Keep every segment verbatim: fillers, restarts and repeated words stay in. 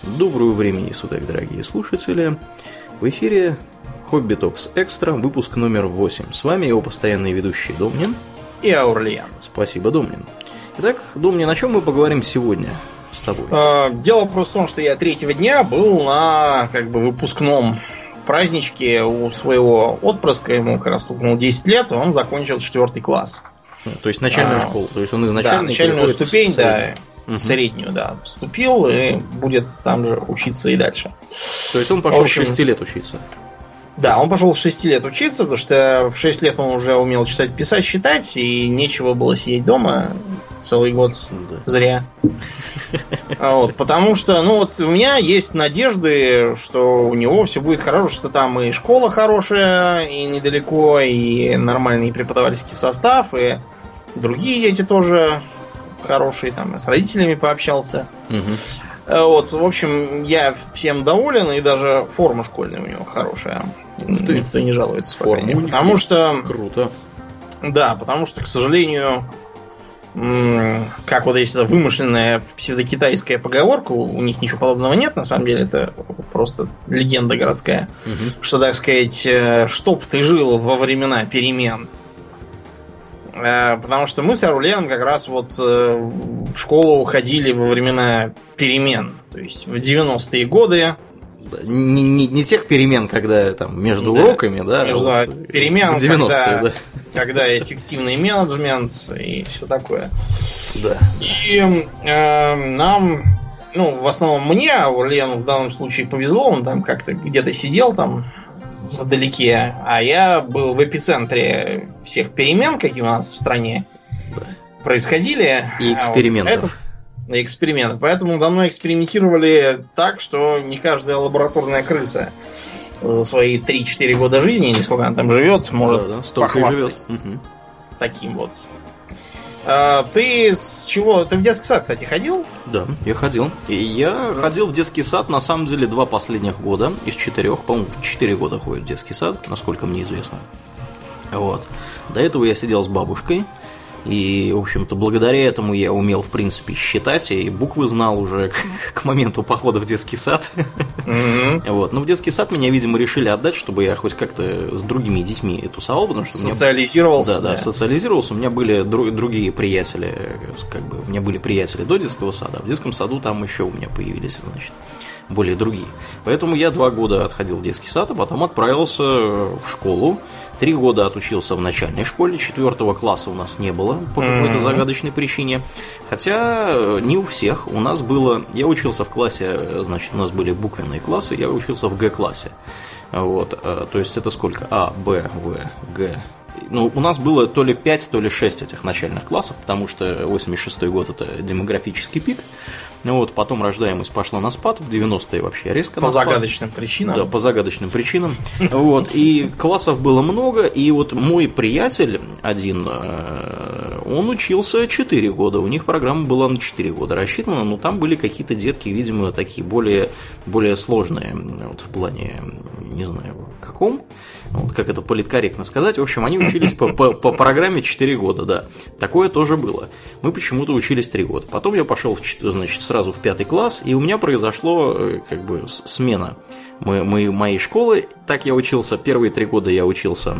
Доброго времени суток, дорогие слушатели. В эфире Хобби Токс Экстра, выпуск номер восемь. С вами его постоянный ведущий Домнин и Аурлиен. Спасибо, Домнин. Итак, Домнин, о чем мы поговорим сегодня с тобой? Дело просто в том, что я третьего дня был на как бы выпускном праздничке у своего отпрыска. Ему как раз стукнуло десять лет, и он закончил четвертый класс. То есть начальную а, школу. То есть он изначально да, начальную ступень, да. Угу. Среднюю, да, вступил и будет там же учиться и дальше. То есть он пошел в общем, в шести лет учиться? Да, он пошел в шести лет учиться, потому что в шесть лет он уже умел читать, писать, считать, и нечего было сидеть дома целый год да. зря. Вот, потому что, ну вот, у меня есть надежды, что у него все будет хорошо, что там и школа хорошая, и недалеко, и нормальный преподавательский состав, и другие дети тоже хороший, там, с родителями пообщался. Угу. Вот, в общем, я всем доволен, и даже форма школьная у него хорошая. Ты. Никто не жалуется. Форму потому что... Круто. Да, потому что, к сожалению, как вот есть эта вымышленная псевдокитайская поговорка, у них ничего подобного нет, на самом деле, это просто легенда городская, угу. что, так сказать, чтоб ты жил во времена перемен. Потому что мы с Аурлиеном как раз вот в школу ходили во времена перемен. То есть в девяностые годы. Не, не, не тех перемен, когда там между да, уроками, да? Между а вот перемен, когда, да. когда эффективный менеджмент и все такое. Да. И э, нам, ну, в основном мне, Аурлиену в данном случае повезло, он там как-то где-то сидел там вдалеке, а я был в эпицентре всех перемен, какие у нас в стране да. происходили. И экспериментов. А вот экспериментов. Поэтому давно экспериментировали так, что не каждая лабораторная крыса за свои три-четыре года жизни, или сколько она там живет, может да, да, похвастать угу. таким вот. А, ты с чего? Ты в детский сад, кстати, ходил? Да, я ходил. И я ходил в детский сад, на самом деле, два последних года из четырех. По-моему, в четыре года ходит в детский сад, насколько мне известно. Вот. До этого я сидел с бабушкой. И, в общем-то, благодаря этому я умел, в принципе, считать, и буквы знал уже к, к моменту похода в детский сад. Mm-hmm. Вот. Но в детский сад меня, видимо, решили отдать, чтобы я хоть как-то с другими детьми тусовал, потому что социализировался. Меня... Да, да, социализировался. У меня были дру... другие приятели, как бы, у меня были приятели до детского сада, а в детском саду там еще у меня появились, значит, более другие. Поэтому я два года отходил в детский сад, а потом отправился в школу. Три года отучился в начальной школе, четвертого класса у нас не было по какой-то загадочной причине. Хотя не у всех. У нас было... Я учился в классе, значит, у нас были буквенные классы, я учился в Г-классе. Вот. То есть это сколько? А, Б, В, Г... Ну, у нас было то ли пять, то ли шесть этих начальных классов, потому что восемьдесят шестой год – это демографический пик. Вот, потом рождаемость пошла на спад, в девяностые вообще резко по на спад. По загадочным причинам. Да, по загадочным причинам. Вот, и классов было много, и вот мой приятель один, он учился четыре года, у них программа была на четыре года рассчитана, но там были какие-то детки, видимо, такие более, более сложные, вот в плане, не знаю, каком, вот, как это политкорректно сказать, в общем, они учились по, по, по программе четыре года, да, такое тоже было. Мы почему-то учились три года. Потом я пошел, значит, сразу в пятый класс, и у меня произошло как бы смена моей, моей школы. Так я учился, первые три года я учился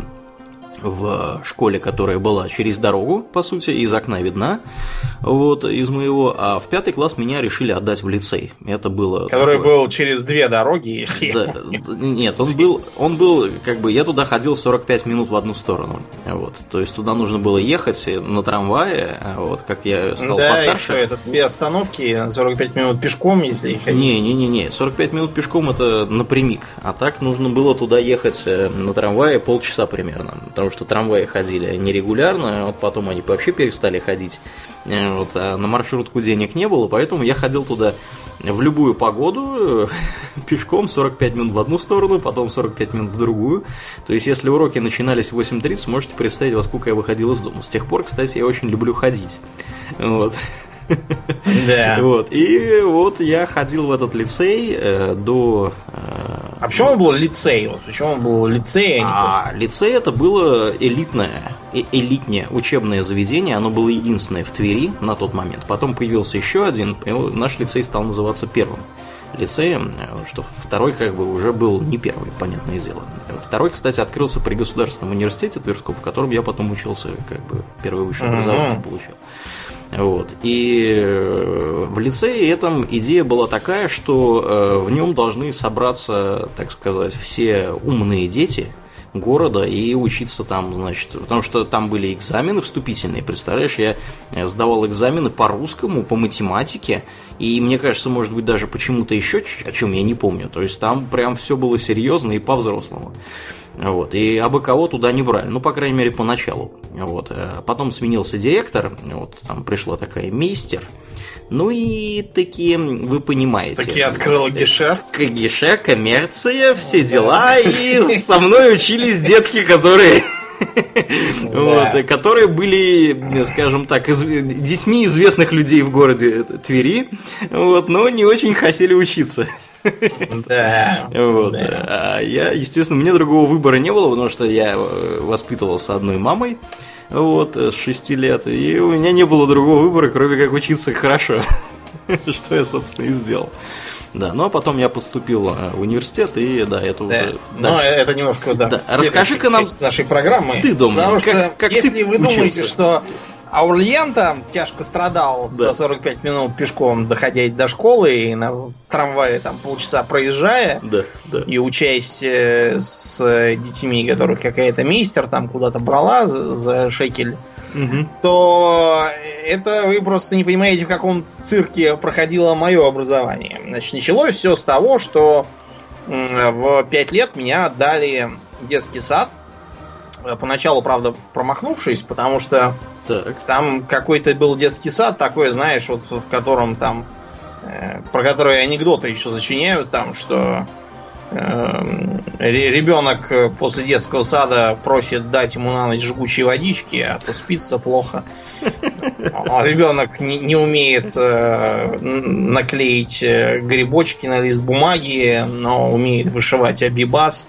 в школе, которая была через дорогу, по сути, из окна видна, вот, из моего, а в пятый класс меня решили отдать в лицей. Это было... Который такое... был через две дороги, если... Да, нет, он был, он был, как бы, я туда ходил сорок пять минут в одну сторону, вот, то есть туда нужно было ехать на трамвае, вот, как я стал да, постарше. Да, и что, это две остановки, сорок пять минут пешком, если ходить? Не-не-не, сорок пять минут пешком это напрямик, а так нужно было туда ехать на трамвае полчаса примерно, потому что трамваи ходили нерегулярно, вот потом они вообще перестали ходить, вот, а на маршрутку денег не было, поэтому я ходил туда в любую погоду пешком сорок пять минут в одну сторону, потом сорок пять минут в другую. То есть, если уроки начинались в восемь тридцать, можете представить, во сколько я выходил из дома. С тех пор, кстати, я очень люблю ходить. Вот. Да. Вот. И вот я ходил в этот лицей э, до... Э, а почему он был лицей? Вот, почему он был лицей, а не а, просто... Лицей это было элитное, э, элитнее учебное заведение. Оно было единственное в Твери на тот момент. Потом появился еще один, и наш лицей стал называться первым лицее, что второй как бы уже был не первый, понятное дело. Второй, кстати, открылся при Государственном университете Тверском, в котором я потом учился, как бы первое высшее образование получил. Вот. И в лицее этом идея была такая, что в нем должны собраться, так сказать, все умные дети города и учиться там, значит, потому что там были экзамены вступительные, представляешь, я сдавал экзамены по русскому, по математике, и мне кажется, может быть, даже почему-то еще, о чем я не помню, то есть там прям все было серьезно и по-взрослому. Вот, и абы кого туда не брали, ну, по крайней мере, поначалу. Вот. Потом сменился директор, вот, там пришла такая мейстер, ну и такие, вы понимаете. Такие открыла гешефт. Геше, коммерция, все дела, и со мной учились детки, которые... Вот, которые были, скажем так, из, детьми известных людей в городе Твери, вот, но не очень хотели учиться. Да. Вот. Да. А я, естественно, мне другого выбора не было, потому что я воспитывался одной мамой, вот, с шести лет, и у меня не было другого выбора, кроме как учиться хорошо, что я, собственно, и сделал. Да, ну а потом я поступил в университет, и да, это да. уже. Но это немножко, да. да. Расскажи-ка нам нашей программы. Ты, Дом, потому что как, как если ты вы учился? думаете, что Аурлиен там тяжко страдал да. за сорок пять минут пешком, доходя до школы, и на трамвае там полчаса проезжая, да, да. и учась с детьми, которых какая-то мейстер там куда-то брала за, за шекель, угу. то это вы просто не понимаете, в каком цирке проходило мое образование. Значит, началось все с того, что в пять лет меня отдали в детский сад. Поначалу, правда, промахнувшись, потому что так. там какой-то был детский сад такой, знаешь, вот в котором там, э, про который анекдоты еще сочиняют, там, что э, ребенок после детского сада просит дать ему на ночь жгучей водички, а то спится плохо. А ребенок не, не умеет э, наклеить грибочки на лист бумаги, но умеет вышивать абибас.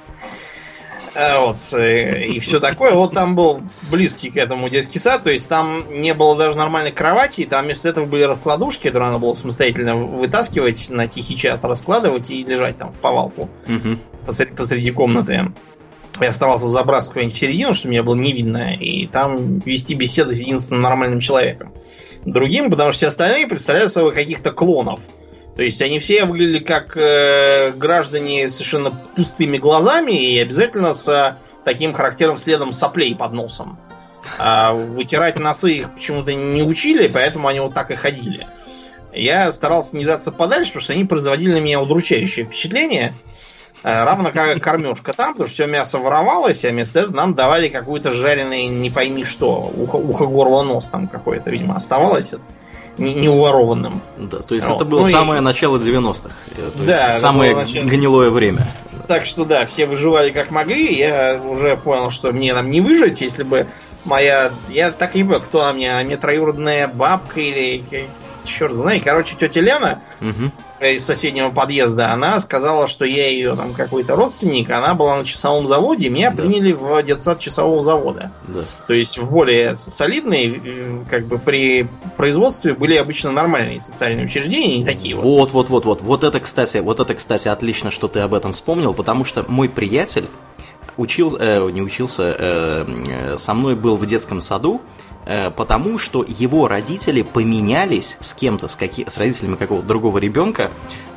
Вот, и все такое. Вот там был близкий к этому детский сад, то есть там не было даже нормальной кровати, там вместо этого были раскладушки, которые надо было самостоятельно вытаскивать, на тихий час раскладывать и лежать там в повалку угу. посреди, посреди комнаты. Я старался забраться куда-нибудь в середину, чтобы меня было не видно, и там вести беседы с единственным нормальным человеком. Другим, потому что все остальные представляют собой каких-то клонов. То есть они все выглядели как э, граждане с совершенно пустыми глазами и обязательно с таким характерным следом соплей под носом. А вытирать носы их почему-то не учили, поэтому они вот так и ходили. Я старался не держаться подальше, потому что они производили на меня удручающее впечатление. Равно как кормежка там, потому что все мясо воровалось, а вместо этого нам давали какую-то жареный не пойми что. Ухо, ухо горло, нос там какое-то, видимо, оставалось. Не, не уворованным. Да, то есть вот. Это было ну самое и... начало девяностых. То да, есть самое начало... гнилое время. Так что да, все выживали как могли. Я уже понял, что мне нам не выжить, если бы моя... Я так и не понял, кто она мне, мне троюродная бабка или... Черт знает. Короче, тетя Лена угу. из соседнего подъезда, она сказала, что я ее там какой-то родственник. Она была на часовом заводе, меня да. приняли в детсад часового завода. Да. То есть в более солидные, как бы при производстве были обычно нормальные социальные учреждения, не такие вот. Вот, вот, вот, вот. Вот это, кстати, вот это, кстати, отлично, что ты об этом вспомнил, потому что мой приятель учил, э, не учился, э, со мной был в детском саду. Потому что его родители поменялись с кем-то, с, каки... с родителями какого-то другого ребенка,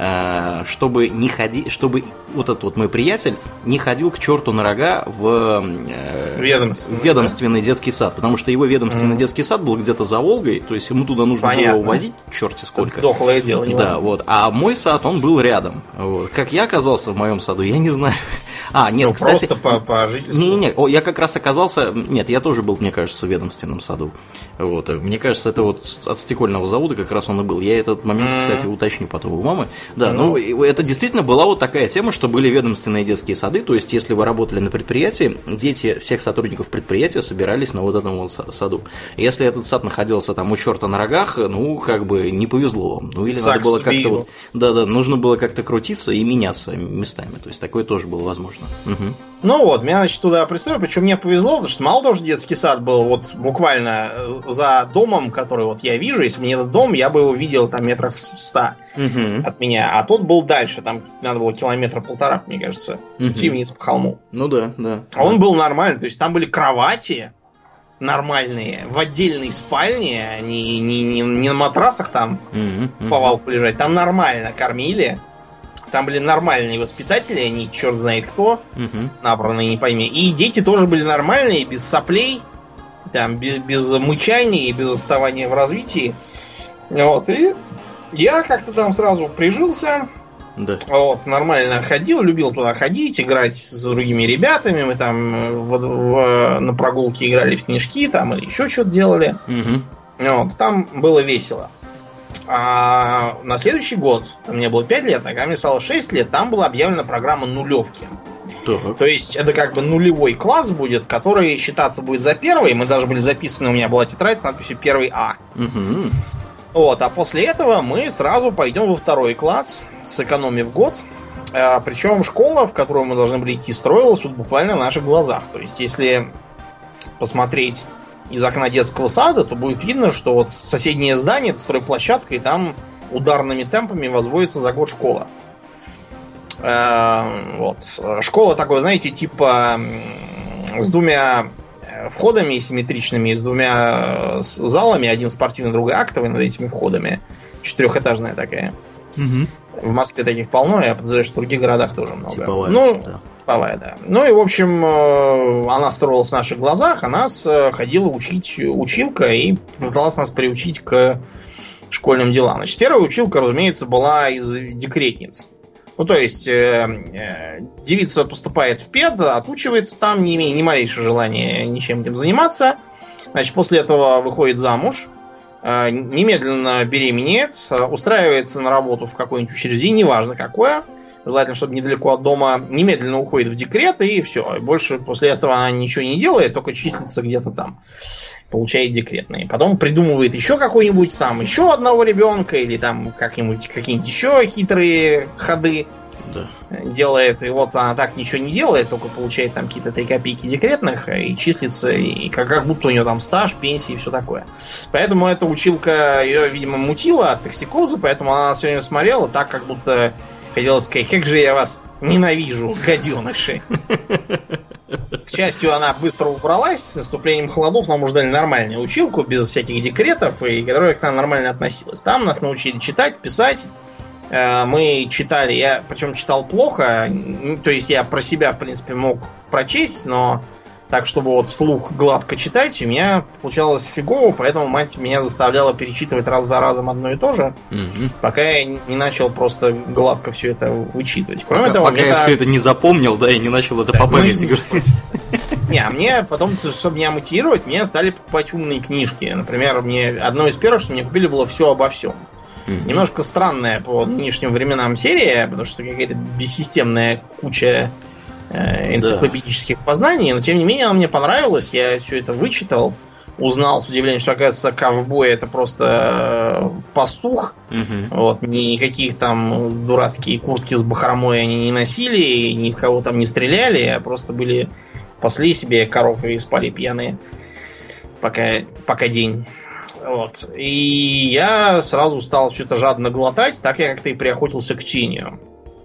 чтобы не ходи... чтобы вот этот вот мой приятель не ходил к черту на рога в ведомственный, в ведомственный да? детский сад, потому что его ведомственный mm. детский сад был где-то за Волгой, то есть ему туда нужно Понятно. было увозить черти сколько. Дохлое дело, не да, вот. А мой сад, он был рядом. Вот. Как я оказался в моем саду, я не знаю. А, нет, ну, кстати... Просто по, по жительству? Не-не, я как раз оказался... Нет, я тоже был, мне кажется, в ведомственном саду. Вот. Мне кажется, это вот от стекольного завода как раз он и был. Я этот момент, mm-hmm. кстати, уточню потом у мамы. Да, mm-hmm. ну, это действительно была вот такая тема, что были ведомственные детские сады, то есть, если вы работали на предприятии, дети всех сотрудников предприятия собирались на вот этом вот саду. Если этот сад находился там у черта на рогах, ну, как бы не повезло вам. Ну, или Сакс надо было как-то вот... Да-да, нужно было как-то крутиться и меняться местами. То есть, такое тоже было возможно. конечно. Угу. Ну вот, меня, значит, туда пристроили, причем мне повезло, потому что мало того, что детский сад был вот буквально за домом, который вот я вижу, если бы не этот дом, я бы его видел там метров в ста угу. от меня, а тот был дальше, там надо было километра полтора, мне кажется, угу. идти вниз по холму. Ну да, да. А он был нормальный, то есть там были кровати нормальные, в отдельной спальне, не, не, не, не на матрасах там угу. в повалку лежать, там нормально кормили. Там были нормальные воспитатели, они черт знает кто, угу. набранные, не пойми. И дети тоже были нормальные, без соплей, там, без, без мычания и без отставания в развитии. Вот, и я как-то там сразу прижился. Да. Вот, нормально ходил, любил туда ходить, играть с другими ребятами. Мы там в, в, на прогулке играли в снежки там, или еще что-то делали. Угу. Вот, там было весело. А на следующий год, там мне было пять лет, а когда мне стало шесть лет, там была объявлена программа нулевки. Так. То есть это как бы нулевой класс будет, который считаться будет за первый. Мы даже были записаны, у меня была тетрадь с надписью первый А. Угу. Вот, а после этого мы сразу пойдем во второй класс, сэкономив год. А, причем школа, в которую мы должны были идти, строилась вот буквально на наших глазах. То есть если посмотреть из окна детского сада, то будет видно, что вот соседнее здание, это стройплощадка, и там ударными темпами возводится за год школа. Вот. Школа такой, знаете, типа с двумя входами симметричными, с двумя залами, один спортивный, другой актовый над этими входами. Четырехэтажная такая. Угу. В Москве таких полно, я подозреваю, что в других городах тоже много. Типовая, ну, да. типовая, да. Ну и, в общем, она строилась в наших глазах, а нас ходила учить училка и пыталась нас приучить к школьным делам. Значит, первая училка, разумеется, была из декретниц. Ну, то есть, э, э, девица поступает в пед, отучивается там, не имея ни малейшего желания ничем этим заниматься. Значит, после этого выходит замуж, э, немедленно беременеет, устраивается на работу в какое-нибудь учреждение, неважно какое, желательно, чтобы недалеко от дома, немедленно уходит в декрет, и все. Больше после этого она ничего не делает, только числится где-то там, получает декретные. Потом придумывает еще какой-нибудь там, еще одного ребенка, или там как-нибудь, какие-нибудь еще хитрые ходы да. делает. И вот она так ничего не делает, только получает там какие-то три копейки декретных, и числится, и как, как будто у нее там стаж, пенсия и все такое. Поэтому эта училка ее, видимо, мутила от токсикоза, поэтому она все время смотрела так, как будто хотела сказать: как же я вас ненавижу, гаденыши. К счастью, она быстро убралась. С наступлением холодов нам уже дали нормальную училку, без всяких декретов, и которая к нам нормально относилась. Там нас научили читать, писать. Мы читали, я причем читал плохо, то есть я про себя, в принципе, мог прочесть, но так, чтобы вот вслух гладко читать, у меня получалось фигово, поэтому мать меня заставляла перечитывать раз за разом одно и то же, угу. пока я не начал просто гладко все это вычитывать. Кроме пока того, пока я так... все это не запомнил, да, и не начал это да, по памяти говорить. Не, а мне потом, чтобы меня мотивировать, мне стали покупать умные книжки. Например, мне одно из первых, что мне купили, было «Все обо всем». Mm-hmm. Немножко странная по нынешним временам серия, потому что какая-то бессистемная куча э, энциклопедических да. познаний, но тем не менее она мне понравилась, я все это вычитал, узнал с удивлением, что, оказывается, ковбой — это просто э, пастух, mm-hmm. вот, никаких там дурацкие куртки с бахромой они не носили, никого там не стреляли, а просто были, пасли себе коров и спали пьяные, пока, пока день. Вот. И я сразу стал все это жадно глотать, так я как-то и приохотился к чтению.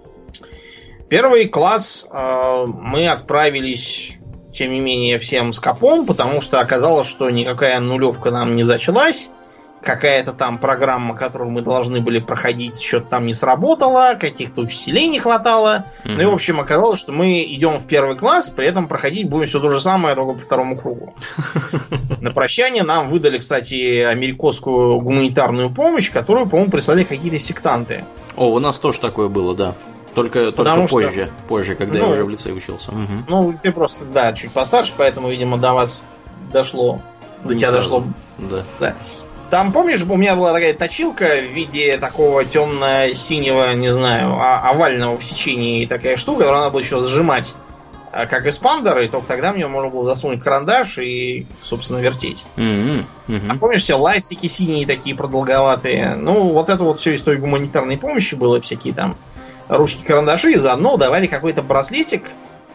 Первый класс э, мы отправились, тем не менее, всем скопом, потому что оказалось, что никакая нулевка нам не зачалась. Какая-то там программа, которую мы должны были проходить, что-то там не сработало, каких-то учителей не хватало. Mm-hmm. Ну и, в общем, оказалось, что мы идем в первый класс, при этом проходить будем все то же самое, только по второму кругу. На прощание нам выдали, кстати, американскую гуманитарную помощь, которую, по-моему, прислали какие-то сектанты. О, у нас тоже такое было, да. Только, только позже, что, позже, когда ну, я уже в лицее учился. Угу. Ну, ты просто, да, чуть постарше, поэтому, видимо, до вас дошло. До не тебя сразу. дошло. Да. да. Там, помнишь, у меня была такая точилка в виде такого темно-синего, не знаю, овального в сечении такая штука, которую надо было еще сжимать, как эспандер, и только тогда мне можно было засунуть карандаш и, собственно, вертеть. Mm-hmm. Mm-hmm. А помнишь, все ластики синие такие продолговатые? Ну, вот это вот все из той гуманитарной помощи было, всякие там ручки-карандаши, и заодно давали какой-то браслетик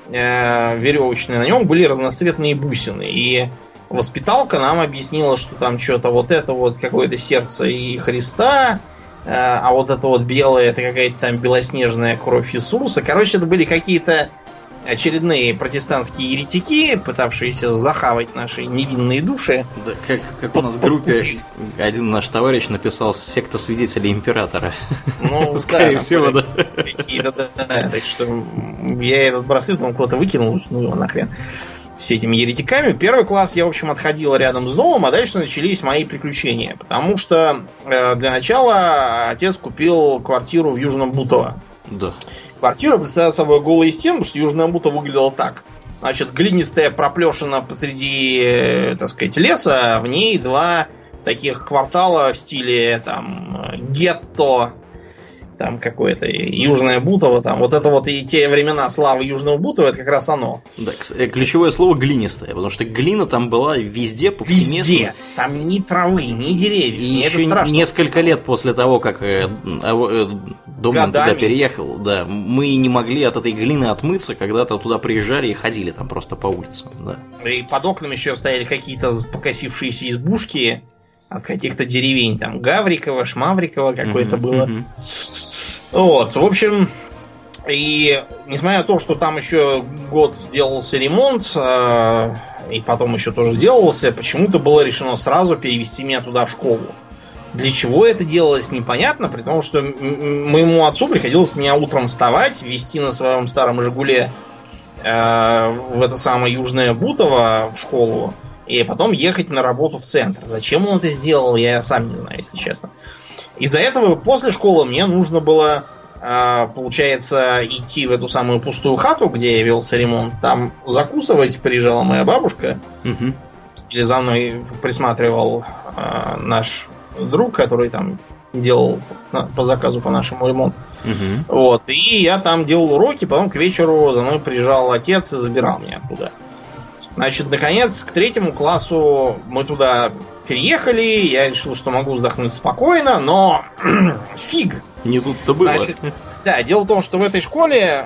э, веревочные, на нем были разноцветные бусины. И воспиталка нам объяснила, что там что-то вот это вот какое-то сердце и Христа, э, а вот это вот белое это какая-то там белоснежная кровь Иисуса. Короче, это были какие-то очередные протестантские еретики, пытавшиеся захавать наши невинные души. Да, как, как у нас в группе один наш товарищ написал «Секта свидетелей императора». Ну, скорее да, всего, да. Да, да, да. Так что я этот браслет, он куда-то выкинул, ну его нахрен, с этими еретиками. Первый класс я, в общем, отходил рядом с домом, а дальше начались мои приключения. Потому что э, для начала отец купил квартиру в Южном Бутово. Да. Квартира представляла собой голые стены, потому что Южное Бутово выглядело так. Значит, глинистая проплешина посреди, так сказать, леса, в ней два таких квартала в стиле там гетто, там какое-то Южное Бутово, там вот это вот и те времена славы Южного Бутова, это как раз оно. Да, ключевое слово глинистое, потому что глина там была везде, повсеместно. Везде. Там ни травы, ни деревьев. И еще это страшно. Несколько лет после того, как э, э, Домнин туда переехал, да, мы не могли от этой глины отмыться, когда-то туда приезжали и ходили там просто по улицам. Да. И под окнами еще стояли какие-то покосившиеся избушки от каких-то деревень, там Гаврикова, Шмаврикова какое-то uh-huh, было. Uh-huh. Вот, в общем, и несмотря на то, что там еще год делался ремонт, э, и потом еще тоже делался, почему-то было решено сразу перевести меня туда в школу. Для чего это делалось, непонятно, при том, что м- моему отцу приходилось меня утром вставать, везти на своем старом «Жигуле» э, в это самое Южное Бутово в школу, и потом ехать на работу в центр. Зачем он это сделал, я сам не знаю, если честно. Из-за этого после школы мне нужно было, получается, идти в эту самую пустую хату, где я велся ремонт. Там закусывать приезжала моя бабушка. Угу. Или за мной присматривал наш друг, который там делал по заказу по нашему ремонту. Угу. Вот. И я там делал уроки, потом к вечеру за мной приезжал отец и забирал меня оттуда. Значит, наконец, к третьему классу мы туда переехали, я решил, что могу вздохнуть спокойно, но фиг. Не тут-то было. Значит, да, дело в том, что в этой школе,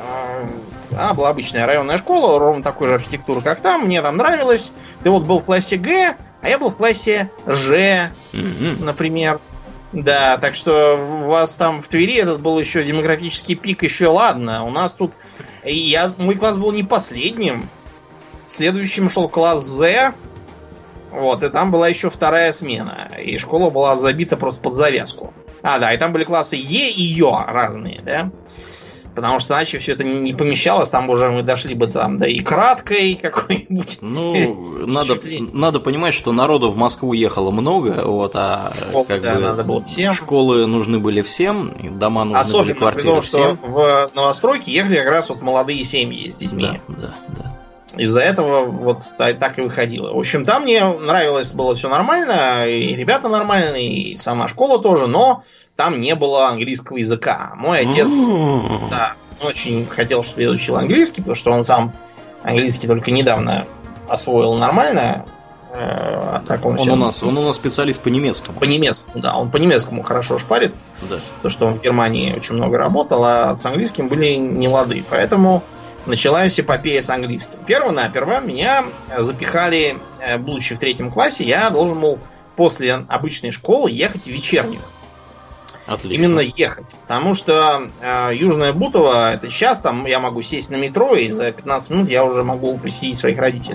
а, была обычная районная школа, ровно такой же архитектуры, как там, мне там нравилось. Ты вот был в классе Г, а я был в классе Ж, mm-hmm. например. Да, так что у вас там в Твери этот был еще демографический пик, еще ладно. У нас тут, я, мой класс был не последним. Следующим шел класс З. Вот, и там была еще вторая смена. И школа была забита просто под завязку. А, да, и там были классы Е и Ё разные, да? Потому что иначе все это не помещалось. Там уже мы дошли бы там, да и краткой какой-нибудь. Ну, надо, надо понимать, что народу в Москву ехало много, вот, а Школ, как да, бы надо было всем. Школы нужны были всем, и дома нужны особенно были, квартиры потому, всем. Что в новостройке ехали как раз вот молодые семьи с детьми. Да, да, да. Из-за этого вот так и выходило. В общем, там мне нравилось, было все нормально, и ребята нормальные, и сама школа тоже, но там не было английского языка. Мой отец, да, очень хотел, чтобы я учил английский, потому что он сам английский только недавно освоил нормально. А так он он, у нас, он у нас специалист по немецкому. По немецкому, да, он по немецкому хорошо шпарит. Да. То, что он в Германии очень много работал, а с английским были не лады. Поэтому началась эпопея с английским. Перво-наперво меня запихали, будучи в третьем классе, я должен был после обычной школы ехать в вечернюю. Отлично. Именно ехать. Потому что э, Южное Бутово, это сейчас там я могу сесть на метро, и за пятнадцать минут я уже могу посетить своих родителей.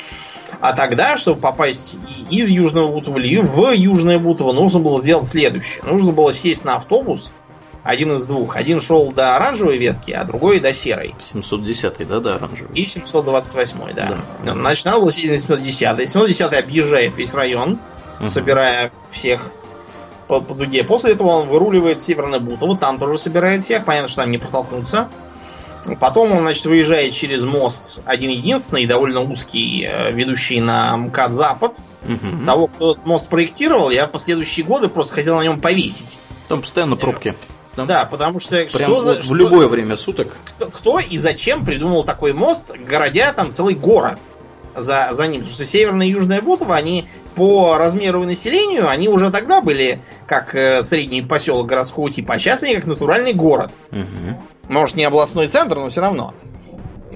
А тогда, чтобы попасть из Южного Бутова в Южное Бутово, нужно было сделать следующее. Нужно было сесть на автобус, один из двух. Один шел до оранжевой ветки, а другой до серой. семьсот десятый, да, до оранжевой. И семьсот двадцать восьмой, да. да. Значит, надо было сесть на семьсот десятый. семьсот десятый объезжает весь район, uh-huh. собирая всех по, по дуге. После этого он выруливает в Северное Бутово, там тоже собирает всех. Понятно, что там не протолкнуться. Потом он, значит, выезжает через мост один-единственный, довольно узкий, ведущий на МКАД-Запад. Uh-huh. Того, кто этот мост проектировал, я в последующие годы просто хотел на нем повесить. Там постоянно пробки. Там да, потому что прям что за, в что, любое время суток. Кто, кто и зачем придумал такой мост, городя там целый город за, за ним? Потому что Северное и Южное Бутово, они по размеру и населению, они уже тогда были как э, средний поселок городского типа, а сейчас они как натуральный город. Угу. Может, не областной центр, но все равно.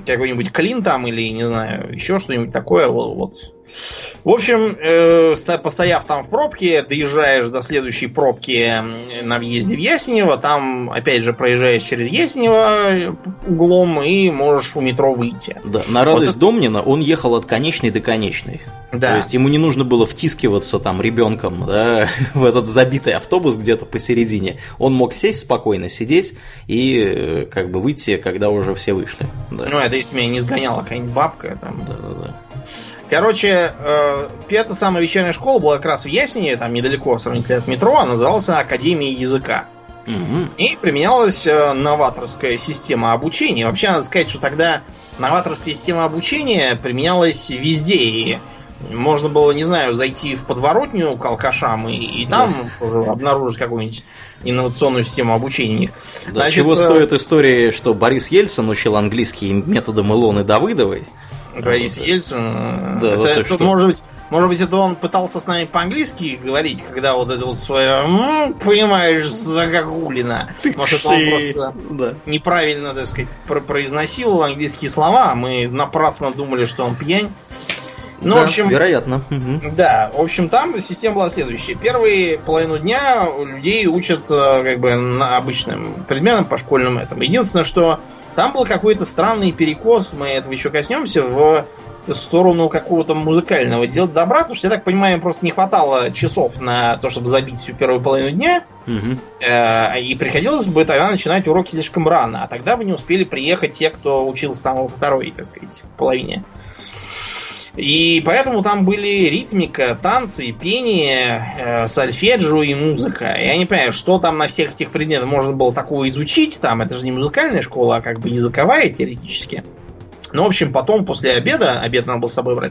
какой-нибудь клин там или, не знаю, еще что-нибудь такое. Вот. В общем, э, постояв там в пробке, доезжаешь до следующей пробки на въезде в Ясенево, там, опять же, проезжаешь через Ясенево углом и можешь у метро выйти. Да, на радость вот Домнина он ехал от конечной до конечной. Да. То есть ему не нужно было втискиваться там ребенком, да, в этот забитый автобус где-то посередине. Он мог сесть спокойно, сидеть и как бы выйти, когда уже все вышли. Да. Ну, это если меня не сгоняла какая-нибудь бабка там. Да, да, да. Короче, э, эта самая вечерняя школа была как раз в Ясеневе, там недалеко сравнительно от метро, а называлась она Академией языка. Угу. И применялась э, новаторская система обучения. Вообще, надо сказать, что тогда новаторская система обучения применялась везде. И можно было, не знаю, зайти в подворотню к алкашам и, и там да. уже обнаружить какую-нибудь инновационную систему обучения. Да, Значит, чего э... стоит история, что Борис Ельцин учил английский методом Илоны Давыдовой. Борис вот. Ельцин. Да, это, вот это, может быть, может быть, это он пытался с нами по-английски говорить, когда вот это вот свое, м-м, понимаешь, загогулина. Может, это он просто да. неправильно, так сказать, произносил английские слова, а мы напрасно думали, что он пьянь. Ну, да, в общем, вероятно. Да, в общем, там система была следующая. Первые половину дня людей учат как бы на обычным предметам по школьным этому. Единственное, что там был какой-то странный перекос, мы этого еще коснемся, в сторону какого-то музыкального дела добра, потому что, я так понимаю, им просто не хватало часов на то, чтобы забить всю первую половину дня, угу. э, и приходилось бы тогда начинать уроки слишком рано, а тогда бы не успели приехать те, кто учился там во второй, так сказать, половине. И поэтому там были ритмика, танцы, пение, э, сольфеджио и музыка. Я не понимаю, что там на всех этих предметах можно было такого изучить. Там это же не музыкальная школа, а как бы языковая теоретически. Ну, в общем, потом, после обеда, обед надо было с собой брать,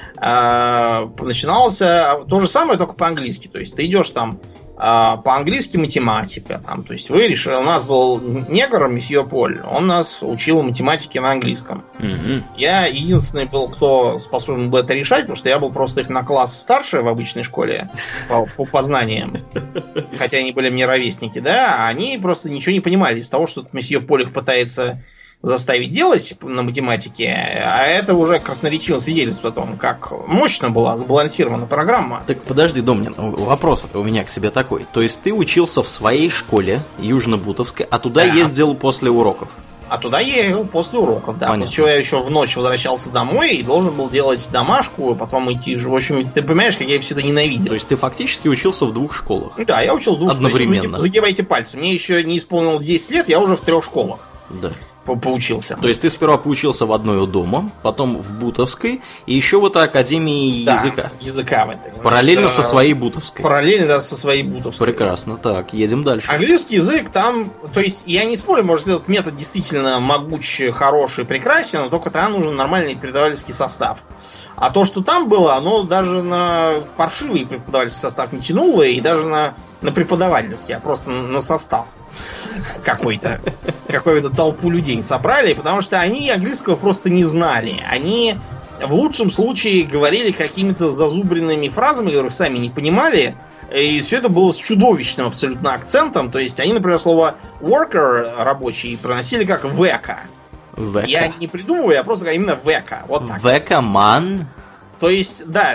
э, начиналось то же самое, только по-английски. То есть ты идешь там э, по-английски математика. Там, то есть вы решили, у нас был негр, месье Поль, он нас учил математике на английском. Mm-hmm. Я единственный был, кто способен был это решать, потому что я был просто их на класс старше в обычной школе по, по познаниям. Хотя они были мне ровесники, да, а они просто ничего не понимали из того, что месье Поль их пытается заставить делать на математике, а это уже красноречиво свидетельствует о том, как мощно была сбалансирована программа. Так подожди, Домнин, вопрос у меня к себе такой. То есть ты учился в своей школе Южно-Бутовской, а туда да. ездил после уроков? А туда я ехал после уроков, да. Понятно. После чего я еще в ночь возвращался домой и должен был делать домашку, потом идти. В общем, ты понимаешь, как я все это ненавидел. То есть ты фактически учился в двух школах? Да, я учился в двух школах. Одновременно. Загибайте пальцы. Мне еще не исполнилось десять лет, я уже в трех школах. Да. Поучился. То есть ты сперва поучился в одной у дома, потом в Бутовской, и еще в этой академии да, языка. Языка в этой. Параллельно Значит, со своей Бутовской. Параллельно да, со своей Бутовской. Прекрасно. Так, едем дальше. Английский язык там, то есть я не спорю, может этот метод действительно могуч, хороший, прекрасен, но только там нужен нормальный преподавательский состав. А то, что там было, оно даже на паршивый преподавательский состав не тянуло, и даже на, на преподавательский, а просто на состав какой-то. Какую-то толпу людей собрали, потому что они английского просто не знали. Они в лучшем случае говорили какими-то зазубренными фразами, которых сами не понимали, и все это было с чудовищным абсолютно акцентом. То есть они, например, слово worker, рабочий, проносили как века. Века. Я не придумываю, я просто именно века. Вот так. Века-ман. То есть, да,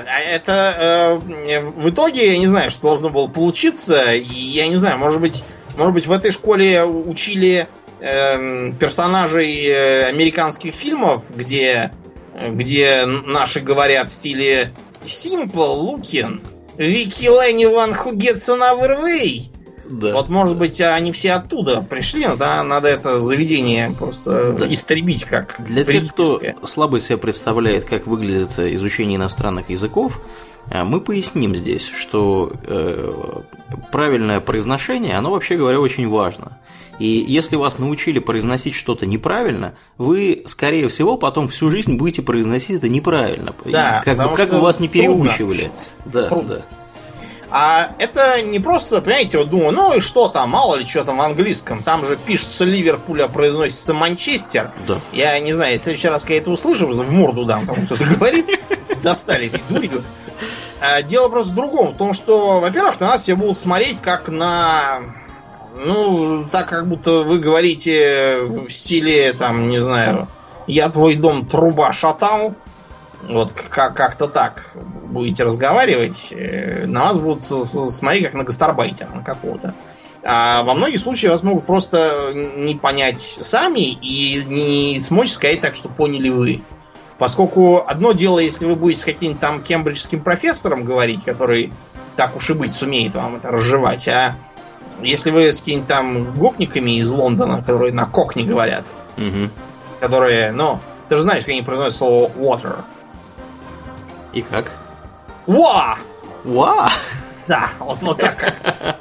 это э, в итоге, я не знаю, что должно было получиться. И я не знаю, может быть, может быть, в этой школе учили э, персонажей э, американских фильмов, где, где наши говорят в стиле Simple looking, we kill anyone who gets an our way. Да. Вот, может быть, они все оттуда пришли, но да, надо это заведение просто да. истребить как для тех, кто слабо себе представляет, как выглядит изучение иностранных языков, мы поясним здесь, что э, правильное произношение, оно, вообще говоря, очень важно. И если вас научили произносить что-то неправильно, вы, скорее всего, потом всю жизнь будете произносить это неправильно. Да, как бы, как бы вас не переучивали. Да, трудно. Да. А это не просто, понимаете, вот думаю, ну и что там, мало ли что там в английском, там же пишется Ливерпуль, а произносится Манчестер. Да. Я не знаю, в следующий раз, когда я это услышу, в морду дам, там кто-то говорит, достали этой дурью. Дело просто в другом, в том, что, во-первых, на нас все будут смотреть как на, ну, так как будто вы говорите в стиле, там, не знаю, я твой дом труба шатал. Вот как- как-то так будете разговаривать, на вас будут смотреть как на гастарбайтера на какого-то. А во многих случаях вас могут просто не понять сами и не смочь сказать так, что поняли вы. Поскольку одно дело, если вы будете с каким-то там кембриджским профессором говорить, который так уж и быть сумеет вам это разжевать, а если вы с какими-то там гопниками из Лондона, которые на кокне говорят, угу. которые, ну, ты же знаешь, как они произносят слово water. И как? Уа! Уа! Да, вот, вот так как-то.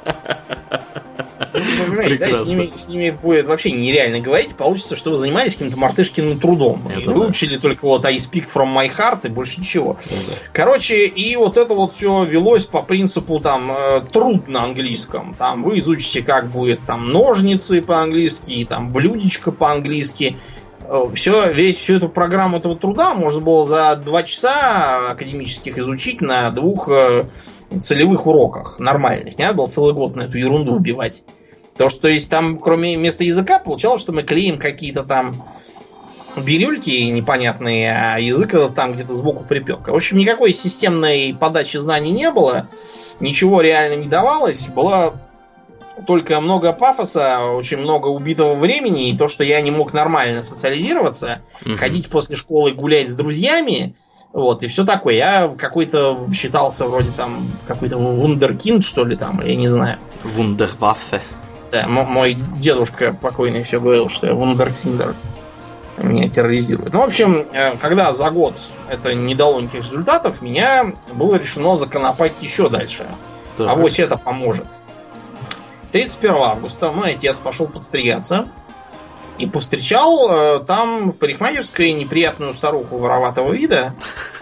Вы понимаете, да, с ними, с ними будет вообще нереально говорить. Получится, что вы занимались каким-то мартышкиным трудом. И да. выучили только вот I speak from my heart и больше ничего. Да. Короче, и вот это вот все велось по принципу там труд на английском. Там вы изучите, как будет там ножницы по-английски, и там блюдечко по-английски. Все, весь, всю эту программу этого труда можно было за два часа академических изучить на двух целевых уроках нормальных. Не надо было целый год на эту ерунду убивать. То, что, то есть там, кроме вместо языка, получалось, что мы клеим какие-то там бирюльки непонятные, а язык этот там где-то сбоку припек. В общем, никакой системной подачи знаний не было, ничего реально не давалось. Было только много пафоса, очень много убитого времени, и то, что я не мог нормально социализироваться, mm-hmm. ходить после школы гулять с друзьями, вот, и все такое. Я какой-то считался вроде там какой-то вундеркинд, что ли, там, я не знаю. Вундерваффе. Да, м- мой дедушка покойный все говорил, что я вундеркиндер. Меня терроризирует. Ну, в общем, когда за год это не дало никаких результатов, меня было решено законопать еще дальше. Так. Авось это поможет. тридцать первого августа мой отец пошел подстригаться и повстречал э, там в парикмахерской неприятную старуху вороватого вида,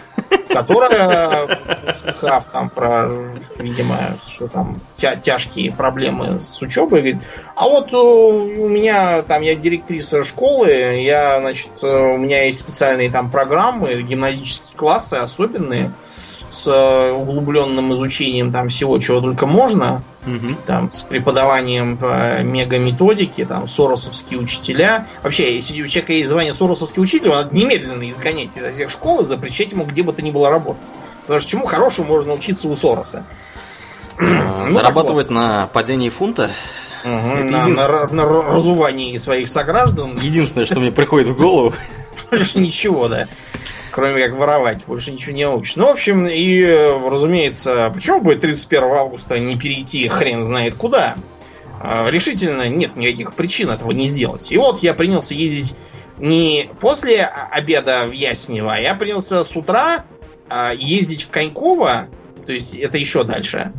которая, услыхав там про, видимо, что там тя- тяжкие проблемы с учебой, говорит: а вот у меня там, я директриса школы, я, значит, у меня есть специальные там программы, гимназические классы особенные, с углубленным изучением там всего, чего только можно, угу. там с преподаванием по мегаметодике, там соросовские учителя. Вообще, если у человека есть звание соросовский учитель, его надо немедленно изгонять из всех школ и запрещать ему где бы то ни было работать. Потому что чему хорошему можно учиться у Сороса? Ну, зарабатывать вот на падении фунта? Угу, на, на, на разувании своих сограждан. Единственное, что мне приходит в голову. Больше ничего, да. Кроме как воровать, больше ничего не учишь. Ну, в общем, и, разумеется, почему бы тридцать первого августа не перейти хрен знает куда? Решительно нет никаких причин этого не сделать. И вот я принялся ездить не после обеда в Яснево, а я принялся с утра ездить в Коньково, то есть это еще дальше,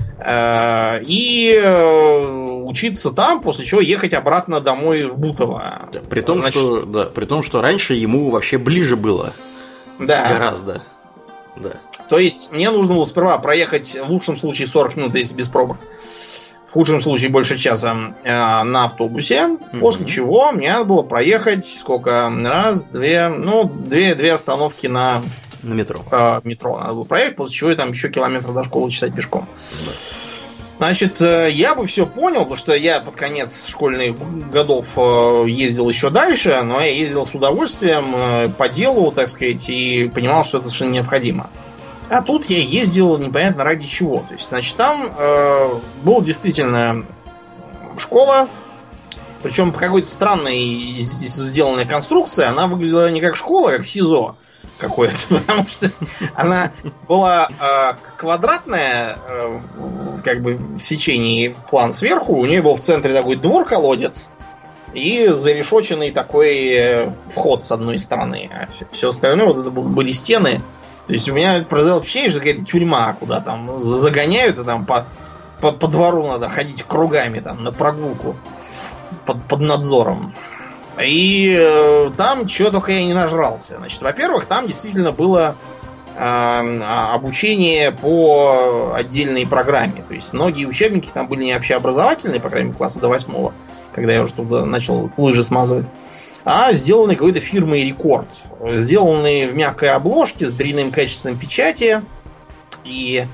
и учиться там, после чего ехать обратно домой в Бутово. Да, при том, Значит, что, да, при том, что раньше ему вообще ближе было. Да. Гораздо. Да. То есть мне нужно было сперва проехать в лучшем случае сорок минут, если без пробок. В худшем случае больше часа э, на автобусе. Mm-hmm. После чего мне надо было проехать сколько? Раз, две, ну, две, две остановки на, на метро. Э, метро надо было проехать, после чего я там еще километр до школы читать пешком. Mm-hmm. Значит, я бы все понял, потому что я под конец школьных годов ездил еще дальше, но я ездил с удовольствием по делу, так сказать, и понимал, что это совершенно необходимо. А тут я ездил непонятно ради чего. То есть, значит, там э, была действительно школа, причем по какой-то странной сделанной конструкции, она выглядела не как школа, а как СИЗО какое-то, потому что она была э, квадратная, э, как бы в сечении план сверху, у нее был в центре такой двор-колодец и зарешоченный такой э, вход с одной стороны, а все, все остальное вот это были стены. То есть у меня произошло ощущение, что какая-то тюрьма, куда там загоняют, и там по, по, по двору надо ходить кругами там на прогулку под, под надзором. И э, там чего только я не нажрался. Значит, во-первых, там действительно было э, обучение по отдельной программе. То есть многие учебники там были не общеобразовательные, по крайней мере, класса до восьмого, когда я уже туда начал лыжи смазывать, а сделанные какой-то фирмой Рекорд. Сделанные в мягкой обложке с длинным качеством печати. И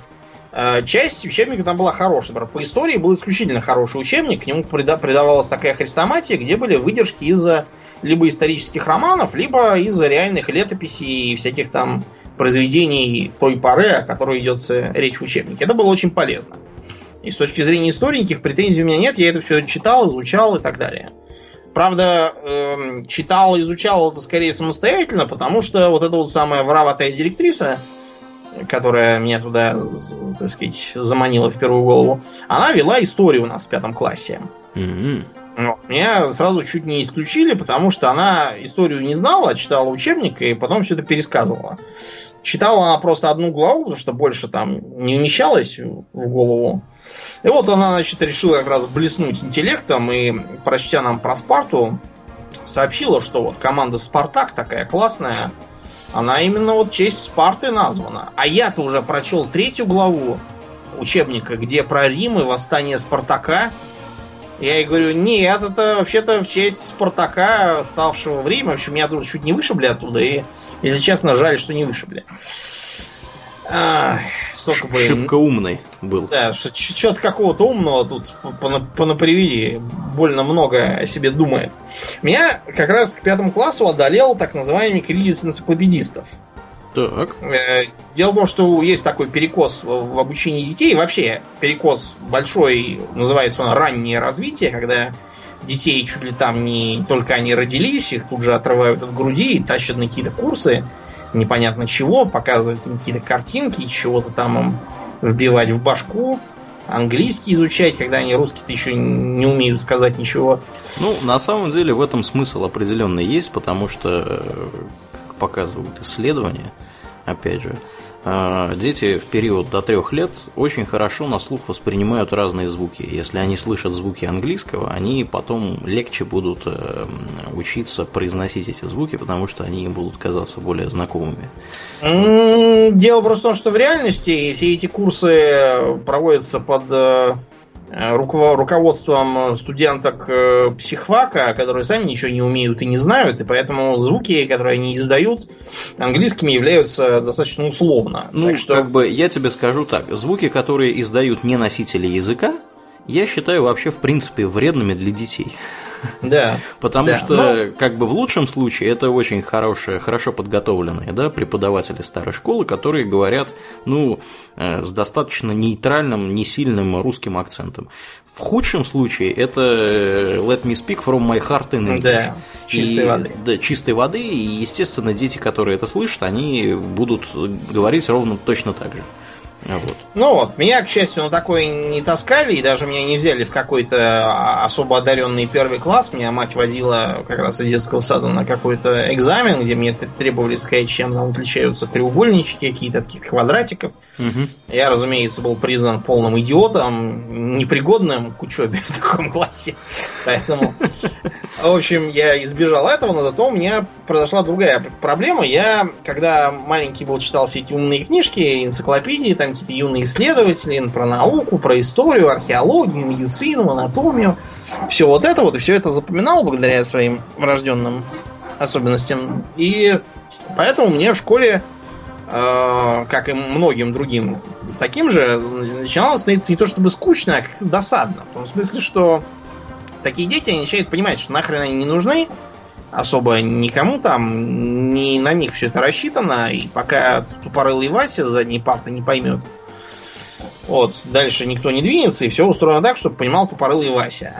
Часть учебника там была хорошая. Например, по истории был исключительно хороший учебник. К нему придавалась такая хрестоматия, где были выдержки из либо исторических романов, либо из реальных летописей и всяких там произведений той поры, о которой идет речь в учебнике. Это было очень полезно. И с точки зрения истории никаких претензий у меня нет. Я это все читал, изучал и так далее. Правда, э, читал, изучал это скорее самостоятельно, потому что вот эта вот самая вороватая директриса, которая меня туда, так сказать, заманила в первую голову, она вела историю у нас в пятом классе. Mm-hmm. Ну, меня сразу чуть не исключили, потому что она историю не знала, читала учебник и потом все это пересказывала. Читала она просто одну главу, потому что больше там не умещалось в голову. И вот она, значит, решила как раз блеснуть интеллектом и, прочтя нам про Спарту, сообщила, что вот команда «Спартак» такая классная, она именно вот в честь Спарты названа. А я-то уже прочел третью главу учебника, где про Рим и восстание Спартака. Я ей говорю, нет, это вообще-то в честь Спартака, ставшего в Риме. В общем, меня тоже чуть не вышибли оттуда. И, если честно, жаль, что не вышибли. А, столько бы... Шибко умный был. Да, что-то какого-то умного тут понапривели. Больно много о себе думает. Меня как раз к пятому классу одолел так называемый кризис энциклопедистов. Так. Дело в том, что есть такой перекос в обучении детей. Вообще, перекос большой, называется он раннее развитие, когда детей чуть ли там не только они родились, их тут же отрывают от груди и тащат на какие-то курсы непонятно чего, показывать им какие-то картинки, чего-то там им вбивать в башку, английский изучать, когда они русский-то еще не умеют сказать ничего. Ну, на самом деле в этом смысл определенный есть, потому что, как показывают исследования, опять же, дети в период до трех лет очень хорошо на слух воспринимают разные звуки. Если они слышат звуки английского, они потом легче будут учиться произносить эти звуки, потому что они им будут казаться более знакомыми. Дело просто в том, что в реальности все эти курсы проводятся под руководством студенток психфака, которые сами ничего не умеют и не знают, и поэтому звуки, которые они издают, английскими являются достаточно условно. Ну, так что... как бы я тебе скажу так, звуки, которые издают не носители языка, я считаю вообще в принципе вредными для детей. Да. Потому да, что, но... как бы в лучшем случае, это очень хорошие, хорошо подготовленные, да, преподаватели старой школы, которые говорят, ну, э, с достаточно нейтральным, не сильным русским акцентом. В худшем случае это let me speak from my heart in English. Да, чистой и, воды. Да, чистой воды, и, естественно, дети, которые это слышат, они будут говорить ровно точно так же. Вот. Ну вот, меня, к счастью, на такое не таскали, и даже меня не взяли в какой-то особо одаренный первый класс. Меня мать водила как раз из детского сада на какой-то экзамен, где мне требовали сказать, чем там отличаются треугольнички, какие-то таких квадратиков. Угу. Я, разумеется, был признан полным идиотом, непригодным к учебе в таком классе. Поэтому, в общем, я избежал этого, но зато у меня произошла другая проблема. Я, когда маленький был, читал все эти умные книжки, энциклопедии, там какие-то юные исследователи про науку, про историю, археологию, медицину, анатомию. Все вот это вот, и все это запоминал благодаря своим врожденным особенностям. И поэтому мне в школе, э, как и многим другим таким же, начинало становиться не то чтобы скучно, а как-то досадно. В том смысле, что такие дети они начинают понимать, что нахрен они не нужны особо никому там, не на них все это рассчитано, и пока тупорылый Вася с задней парты не поймет, вот, дальше никто не двинется, и все устроено так, чтобы понимал тупорылый Вася.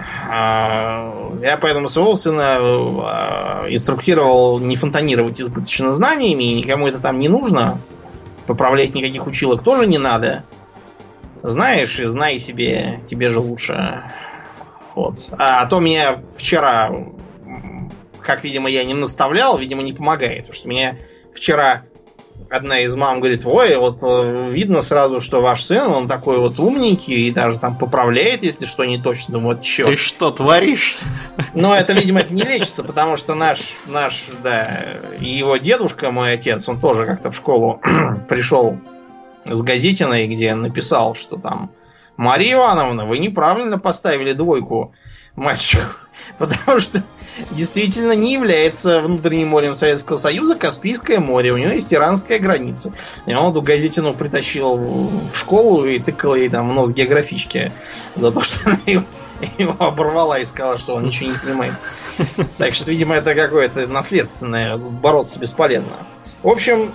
Я поэтому своего сына инструктировал не фонтанировать избыточно знаниями, и никому это там не нужно, поправлять никаких училок тоже не надо. Знаешь, и знай себе, тебе же лучше. Вот. А, а то меня вчера... как, видимо, я не наставлял, видимо, не помогает. Потому что меня вчера одна из мам говорит, ой, вот видно сразу, что ваш сын, он такой вот умненький и даже там поправляет, если что не точно. Думаю, вот чё. Ты что творишь? Но это, видимо, это не лечится, потому что наш, наш, да, его дедушка, мой отец, он тоже как-то в школу пришел с газетиной, где написал, что там Мария Ивановна, вы неправильно поставили двойку мальчику, потому что действительно не является внутренним морем Советского Союза Каспийское море. У него есть иранская граница. И он эту газетину притащил в школу и тыкал ей там в нос географички за то, что она его, его оборвала и сказала, что он ничего не понимает. Так что, видимо, это какое-то наследственное. Бороться бесполезно. В общем,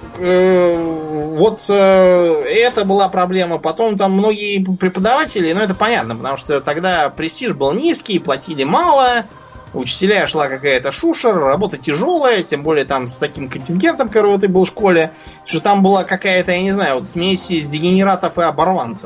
вот это была проблема. Потом там многие преподаватели, ну это понятно, потому что тогда престиж был низкий, платили мало. Учителя шла какая-то шушер, работа тяжелая, тем более там с таким контингентом, который ты был в школе, что там была какая-то, я не знаю, вот смесь из дегенератов и оборванцев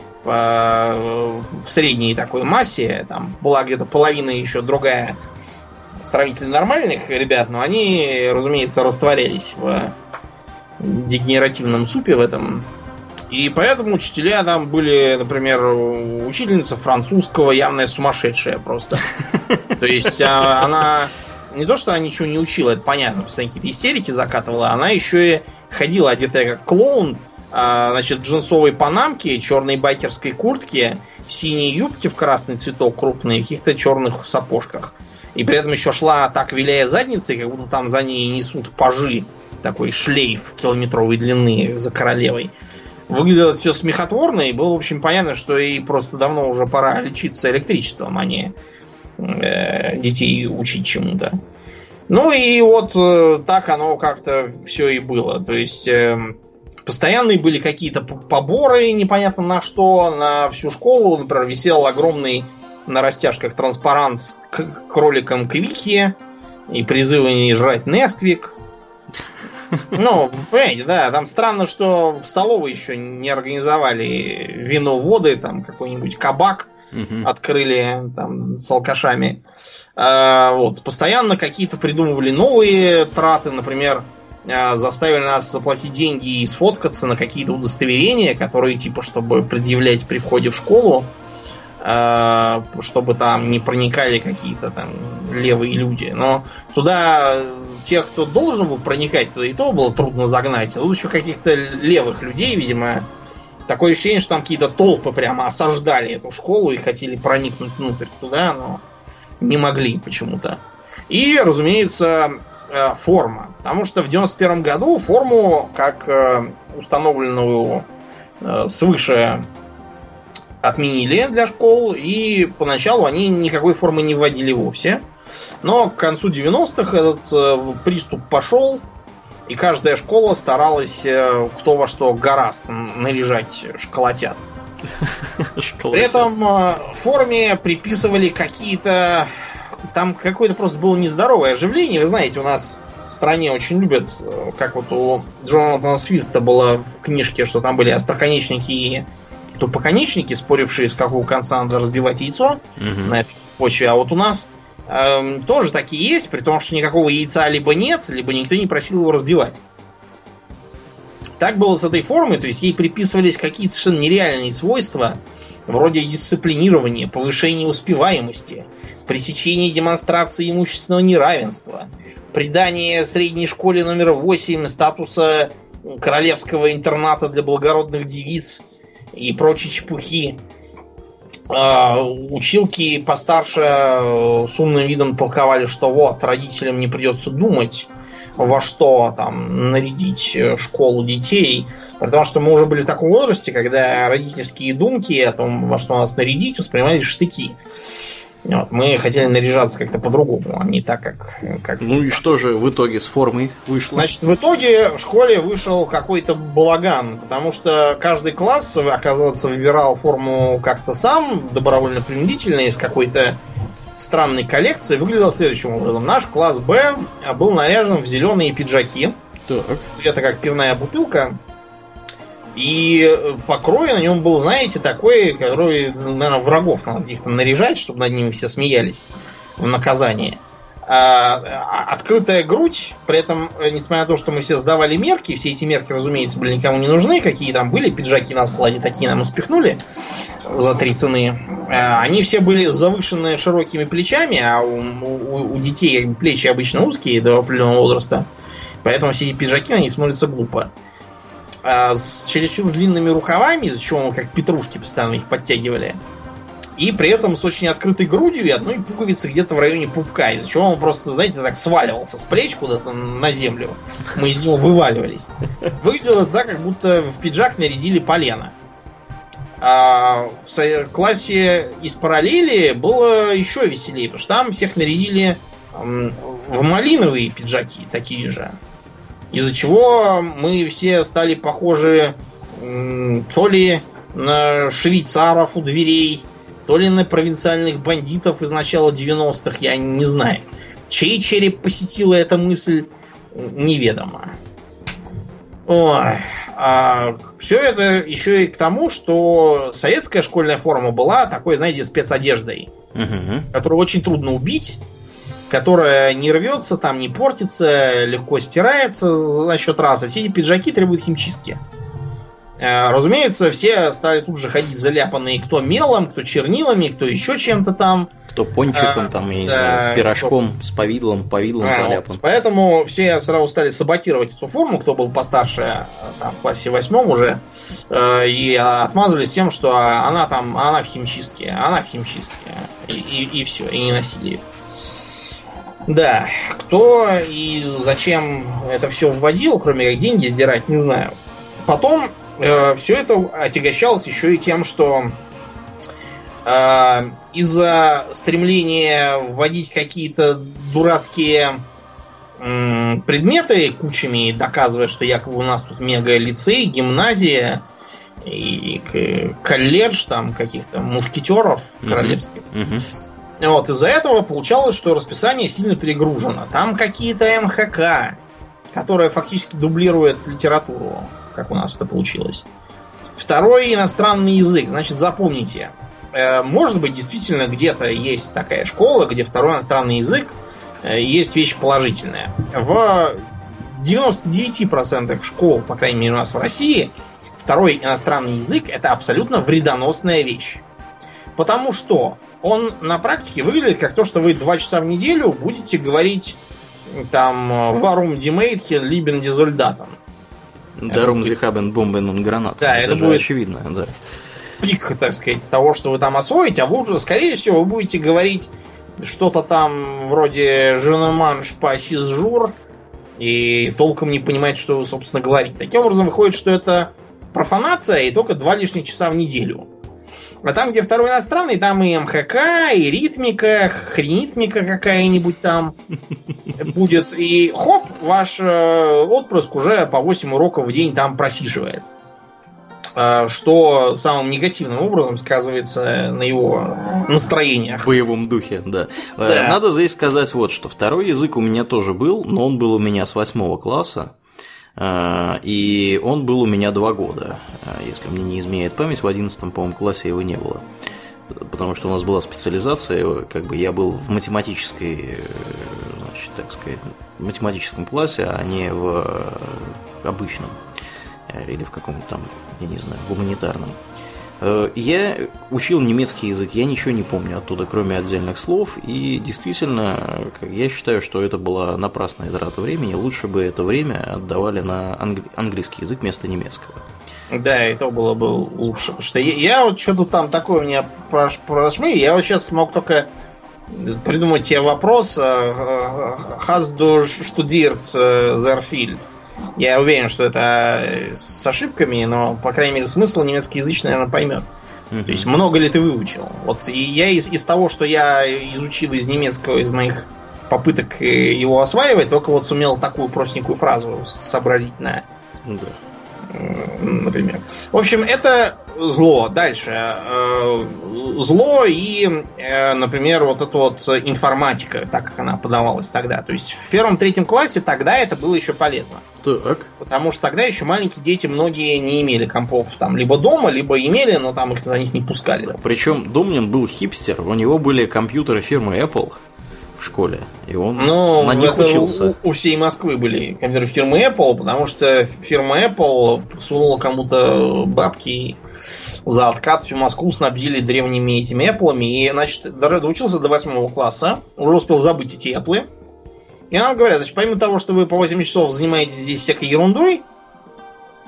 по, в средней такой массе. Там была где-то половина еще другая сравнительно нормальных ребят, но они, разумеется, растворялись в дегенеративном супе в этом. И поэтому учителя там были, например, учительница французского явная сумасшедшая просто. То есть она не то, что она ничего не учила, это понятно, постоянно какие-то истерики закатывала, она еще и ходила одетая как клоун, значит, в джинсовой панамке, черной байкерской куртке, синей юбке в красный цветок крупные, в каких-то черных сапожках. И при этом еще шла так, виляя задницей, как будто там за ней несут пажи, такой шлейф километровой длины за королевой. Выглядело все смехотворно, и было, в общем, понятно, что ей просто давно уже пора лечиться электричеством, а не э, детей учить чему-то. Ну и вот э, так оно как-то все и было. То есть э, постоянные были какие-то поборы, непонятно на что, на всю школу. Например, висел огромный на растяжках транспарант с кроликом Квики и призывы не жрать Несквик. Ну, понимаете, да, там странно, что в столовой еще не организовали вино-воды, там какой-нибудь кабак угу. открыли там с алкашами. А, вот, постоянно какие-то придумывали новые траты, например, заставили нас заплатить деньги и сфоткаться на какие-то удостоверения, которые типа, чтобы предъявлять при входе в школу, чтобы там не проникали какие-то там левые люди. Но туда тех, кто должен был проникать, туда и то было трудно загнать. А тут еще каких-то левых людей, видимо. Такое ощущение, что там какие-то толпы прямо осаждали эту школу и хотели проникнуть внутрь туда, но не могли почему-то. И, разумеется, форма. Потому что в девяносто первом году форму, как установленную свыше, отменили для школ, и поначалу они никакой формы не вводили вовсе. Но к концу девяностых этот э, приступ пошел, и каждая школа старалась э, кто во что гораст наряжать школотят. При этом э, форме приписывали какие-то... Там какое-то просто было нездоровое оживление. Вы знаете, у нас в стране очень любят, э, как вот у Джонатана Свифта было в книжке, что там были остроконечники и тупоконечники, спорившие, с какого конца надо разбивать яйцо угу. на этой почве. А вот у нас э, тоже такие есть, при том, что никакого яйца либо нет, либо никто не просил его разбивать. Так было с этой формой, то есть ей приписывались какие-то совершенно нереальные свойства, вроде дисциплинирования, повышения успеваемости, пресечения демонстрации имущественного неравенства, придание средней школе номер восемь статуса королевского интерната для благородных девиц и прочие чепухи. А, училки постарше с умным видом толковали, что вот, родителям не придется думать, во что там нарядить школу детей. Потому что мы уже были в таком возрасте, когда родительские думки о том, во что нас нарядить, воспринимались в штыки. Вот, мы хотели наряжаться как-то по-другому, а не так, как, как... Ну и что же в итоге с формой вышло? Значит, в итоге в школе вышел какой-то балаган, потому что каждый класс, оказывается, выбирал форму как-то сам, добровольно-принудительно, из какой-то странной коллекции. Выглядел следующим образом. Наш класс Б был наряжен в зеленые пиджаки, так. цвета как пивная бутылка. И покрой на нем был, знаете, такой, который, наверное, врагов надо каких-то наряжать, чтобы над ними все смеялись в наказание. А, открытая грудь, при этом, несмотря на то, что мы все сдавали мерки, все эти мерки, разумеется, были никому не нужны, какие там были пиджаки на складе, такие нам и спихнули за три цены. А, они все были завышены широкими плечами, а у, у, у детей плечи обычно узкие до определенного возраста, поэтому все эти пиджаки на них смотрятся глупо. а, с чересчур длинными рукавами, из-за чего мы как петрушки постоянно их подтягивали. И при этом с очень открытой грудью и одной пуговицей где-то в районе пупка, из-за чего он просто, знаете, так сваливался с плеч куда-то на землю. Мы из него вываливались. Выглядело это так, как будто в пиджак нарядили полено. А в классе из параллели было еще веселее, потому что там всех нарядили в малиновые пиджаки, такие же. Из-за чего мы все стали похожи то ли на швейцаров у дверей, то ли на провинциальных бандитов из начала девяностых, я не знаю. Чей череп посетила эта мысль, неведомо. Ой. А все это еще и к тому, что советская школьная форма была такой, знаете, спецодеждой, угу. которую очень трудно убить, которая не рвется, там не портится, легко стирается за счет раза. Все эти пиджаки требуют химчистки. Разумеется, все стали тут же ходить заляпанные кто мелом, кто чернилами, кто еще чем-то там. Кто пончиком, а, там, я не да, знаю, пирожком кто... с повидлом, повидлом а, заляпан. Вот, поэтому все сразу стали саботировать эту форму, кто был постарше, там, в классе восьмом уже, э, и отмазывались тем, что она там, она в химчистке, она в химчистке, и, и, и все, и не носили ее. Да, кто и зачем это все вводил, кроме как деньги сдирать, не знаю. Потом э, все это отягощалось еще и тем, что э, из-за стремления вводить какие-то дурацкие э, предметы кучами, доказывая, что якобы у нас тут мега-лицей, гимназия и колледж там каких-то мушкетеров королевских. Mm-hmm. Вот, из-за этого получалось, что расписание сильно перегружено. Там какие-то эм ха ка, которая фактически дублирует литературу, как у нас это получилось. Второй иностранный язык. Значит, запомните. Э, может быть, действительно, где-то есть такая школа, где второй иностранный язык э, есть вещь положительная. В девяноста девяти процентах школ, по крайней мере у нас в России, второй иностранный язык это абсолютно вредоносная вещь. Потому что он на практике выглядит как то, что вы два часа в неделю будете говорить там «Warum die Mädchen lieben die Soldaten». «Darum sie haben Bomben und Granaten». Да, это, это будет очевидно, да. Пик, так сказать, того, что вы там освоите, а вы уже, скорее всего, вы будете говорить что-то там вроде «Je ne mange pas six jours» и толком не понимать, что вы, собственно, говорите. Таким образом, выходит, что это профанация и только два лишних часа в неделю. А там, где второй иностранный, там и эм ха ка, и ритмика, хренитмика какая-нибудь там будет. И хоп, ваш э, отпрыск уже по восемь уроков в день там просиживает. Э, что самым негативным образом сказывается на его настроениях. В боевом духе, да. да. Надо здесь сказать вот что. Второй язык у меня тоже был, но он был у меня с восьмого класса. И он был у меня два года. Если мне не изменяет память, в одиннадцатом, по-моему, классе его не было. Потому что у нас была специализация, как бы я был в математической, значит, так сказать, в математическом классе, а не в обычном. Или в каком-то там, я не знаю, гуманитарном. Я учил немецкий язык, я ничего не помню оттуда, кроме отдельных слов, и действительно, я считаю, что это была напрасная трата времени, лучше бы это время отдавали на англи- английский язык вместо немецкого. Да, это было бы лучше, потому что я, я вот что-то там такое у меня прошли, я вот сейчас смог только придумать тебе вопрос, «Hast du studiert sehr viel?» Я уверен, что это с ошибками, но, по крайней мере, смысл немецкоязычный, наверное, поймет. Uh-huh. То есть, много ли ты выучил? Вот и я из, из того, что я изучил из немецкого, из моих попыток его осваивать, только вот сумел такую простенькую фразу сообразить на... Uh-huh. Например. В общем, это зло. Дальше. Зло и, например, вот эта вот информатика, так как она подавалась тогда. То есть в первом-третьем классе тогда это было еще полезно. Так. Потому что тогда еще маленькие дети многие не имели компов там либо дома, либо имели, но там их за них не пускали. Допустим. Причем Домнин был хипстер, у него были компьютеры фирмы Apple в школе, и он ну, на них учился. У, у всей Москвы были компьютеры фирмы Apple, потому что фирма Apple сунула кому-то бабки за откат, всю Москву снабдили древними этими Apple'ами, и, значит, доучился до восьмого класса, уже успел забыть эти Apple'ы, и нам говорят, значит, помимо того, что вы по восемь часов занимаетесь здесь всякой ерундой,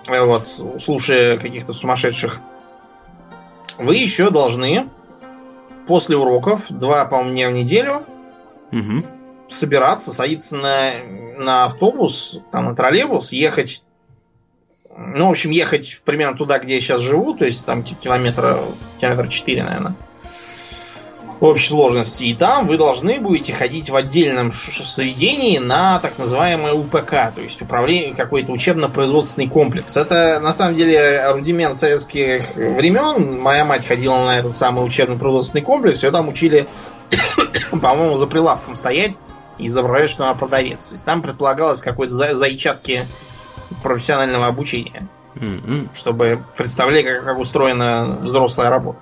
вот, слушая каких-то сумасшедших, вы еще должны после уроков, два, по-моему, дня в неделю, угу. собираться, садиться на, на автобус, там, на троллейбус, ехать, ну, в общем, ехать примерно туда, где я сейчас живу, то есть там километра, километра четыре, наверное, в общей сложности. И там вы должны будете ходить в отдельном заведении на так называемое У Пэ Ка, то есть управление, какой-то учебно-производственный комплекс. Это, на самом деле, рудимент советских времен. Моя мать ходила на этот самый учебно-производственный комплекс, ее там учили, по-моему, за прилавком стоять и изображать, что она продавец. То есть там предполагалось какое-то за- зайчатки профессионального обучения, mm-hmm. чтобы представляли, как, как устроена взрослая работа.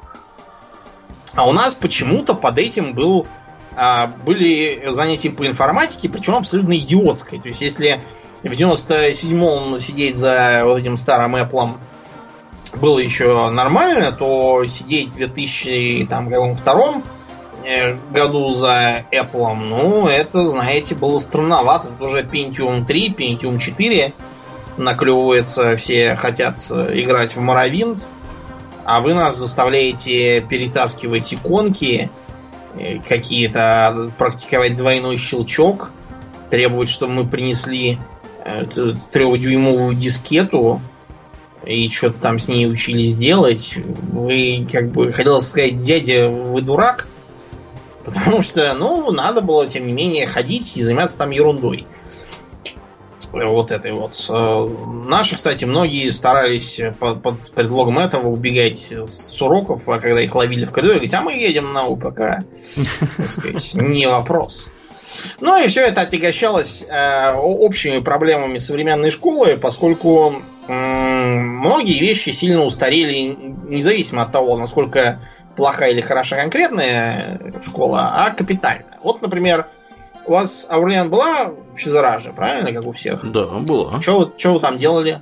А у нас почему-то под этим был, а, были занятия по информатике, причем абсолютно идиотской. То есть, если в девяносто седьмом сидеть за вот этим старым Apple было еще нормально, то сидеть в две тысячи втором году за Apple, ну, это, знаете, было странновато. Тут уже Pentium три, Pentium четыре наклевывается, все хотят играть в Morrowind. А вы нас заставляете перетаскивать иконки, какие-то практиковать двойной щелчок, требовать, чтобы мы принесли трехдюймовую дискету и что-то там с ней учились делать. Вы, как бы, хотел сказать, дядя, вы дурак, потому что, ну, надо было, тем не менее, ходить и заниматься там ерундой. Вот этой вот. Наши, кстати, многие старались под, под предлогом этого убегать с уроков, а когда их ловили в коридоре, говорить, а мы едем на У Пэ Ка. Так сказать, не вопрос. Ну и все это отягощалось э, общими проблемами современной школы, поскольку э, многие вещи сильно устарели, независимо от того, насколько плохая или хороша конкретная школа, а капитально. Вот, например, у вас, Аурлиан, была физража, правильно, как у всех? Да, была. Что вы там делали?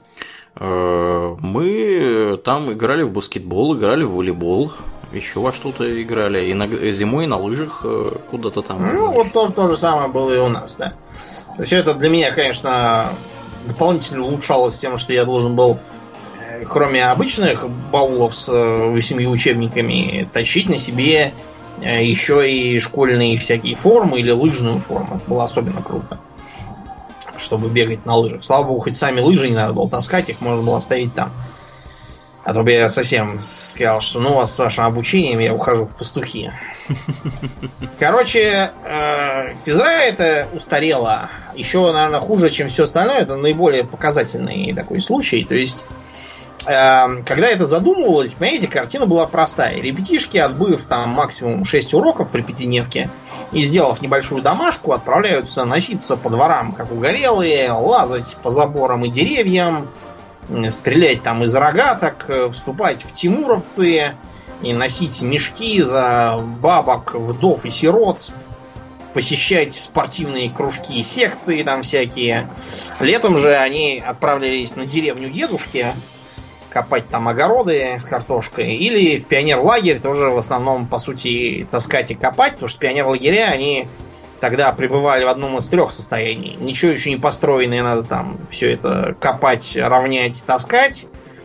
Мы там играли в баскетбол, играли в волейбол, еще во что-то играли. И зимой на лыжах куда-то там. Ну, значит. Вот то, то же самое было и у нас, да. Все это для меня, конечно, дополнительно улучшалось тем, что я должен был, кроме обычных баулов с восемью учебниками, тащить на себе еще и школьные всякие формы или лыжную форму. Это было особенно круто, чтобы бегать на лыжах. Слава богу, хоть сами лыжи не надо было таскать, их можно было оставить там. А то бы я совсем сказал, что ну вас с вашим обучением я ухожу в пастухи. Короче, физра это устарело. Еще, наверное, хуже, чем все остальное. Это наиболее показательный такой случай. То есть когда это задумывалось, понимаете, картина была простая. Ребятишки, отбыв там максимум шесть уроков при пятидневке и сделав небольшую домашку, отправляются носиться по дворам, как угорелые, лазать по заборам и деревьям, стрелять там из рогаток, вступать в тимуровцы и носить мешки за бабок, вдов и сирот, посещать спортивные кружки и секции там всякие. Летом же они отправлялись на деревню дедушки, копать там огороды с картошкой, или в пионерлагерь тоже в основном, по сути, таскать и копать, потому что пионерлагеря, они тогда пребывали в одном из трех состояний. Ничего еще не построенное, надо там все это копать, равнять, таскать.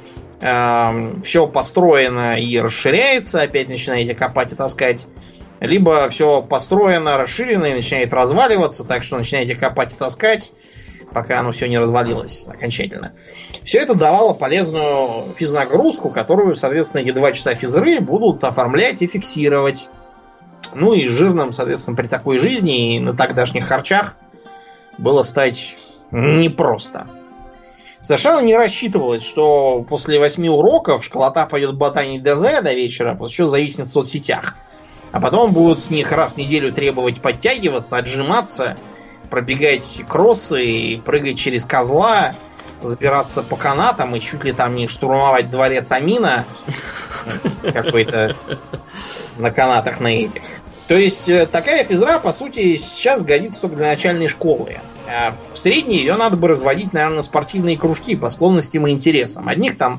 Эм, все построено и расширяется, опять начинаете копать и таскать. Либо все построено, расширено и начинает разваливаться, так что начинаете копать и таскать, пока оно все не развалилось окончательно. Все это давало полезную физнагрузку, которую, соответственно, эти два часа физры будут оформлять и фиксировать. Ну и жирным, соответственно, при такой жизни и на тогдашних харчах было стать непросто. Совершенно не рассчитывалось, что после восьми уроков школота пойдет ботанить ДЗ до вечера, потому что зависнет в соцсетях. А потом будут с них раз в неделю требовать подтягиваться, отжиматься, пробегать кроссы и прыгать через козла, забираться по канатам и чуть ли там не штурмовать дворец Амина какой-то на канатах на этих. То есть такая физра, по сути, сейчас годится только для начальной школы. А в средней ее надо бы разводить, наверное, на спортивные кружки по склонностям и интересам. Одних там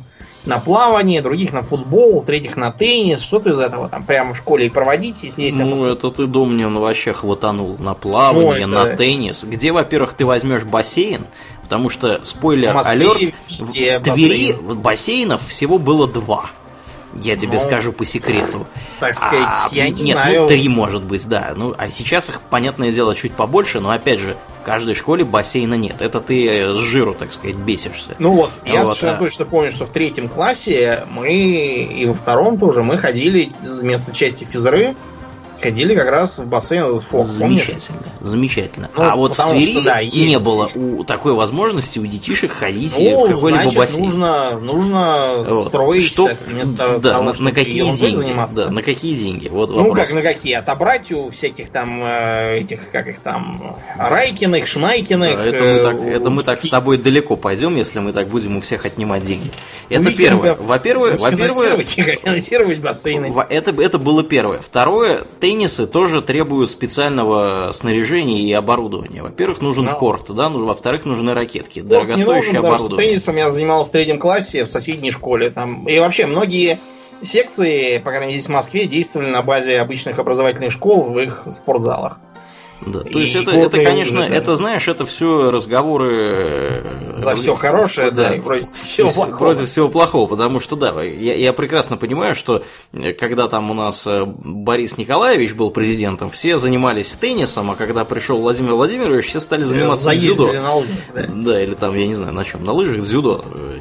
на плавание, других на футбол, третьих на теннис. Что-то из этого там прямо в школе и проводить, если есть... Ну, обоснование. это ты, Домнин, вообще хватанул на плавание, ну, это... на теннис. Где, во-первых, ты возьмешь бассейн, потому что, спойлер, алерт, в, в Твери бассейн. бассейнов всего было два. Я тебе ну, скажу по секрету. Так сказать, а, я не нет, знаю. Ну, три, может быть, да. Ну, а сейчас их, понятное дело, чуть побольше, но опять же, в каждой школе бассейна нет. Это ты с жиру, так сказать, бесишься. Ну вот, я вот, совершенно а... точно помню, что в третьем классе мы, и во втором тоже, мы ходили вместо части физры, ходили как раз в бассейн фок, замечательно, помнишь? Замечательно. Ну, а вот в Твери что, да, не есть... было у такой возможности у детишек ходить ну, в какой-либо значит, бассейн. Нужно, нужно вот. строить, Что, вместо да, того, на, чтобы на какие деньги? заниматься. Да, на какие деньги? Вот ну вопрос. как на какие? Отобрать у всяких там этих, как их там, Райкиных, Шмайкиных. Да, это мы так, это мы так с тобой далеко пойдем, если мы так будем у всех отнимать деньги. Это Уикенд, первое. Во-первых, во-первых, финансировать бассейны. Это, это было первое. Второе, теннисы тоже требуют специального снаряжения и оборудования. Во-первых, нужен no. корт, да, во-вторых, нужны ракетки, корт дорогостоящее нужен, оборудование. Что теннисом я занимался в третьем классе в соседней школе. Там, и вообще многие секции, по крайней мере, здесь в Москве, действовали на базе обычных образовательных школ в их спортзалах. Да, то есть это, это, конечно, уже, да. это, знаешь, это все разговоры за все хорошее, да, и против всего плохого. Против всего плохого, потому что, да, я, я прекрасно понимаю, что когда там у нас Борис Николаевич был президентом, все занимались теннисом, а когда пришел Владимир Владимирович, все стали все заниматься дзюдо. На лыжах, да. да, или там, я не знаю, на чем, на лыжах, дзюдо,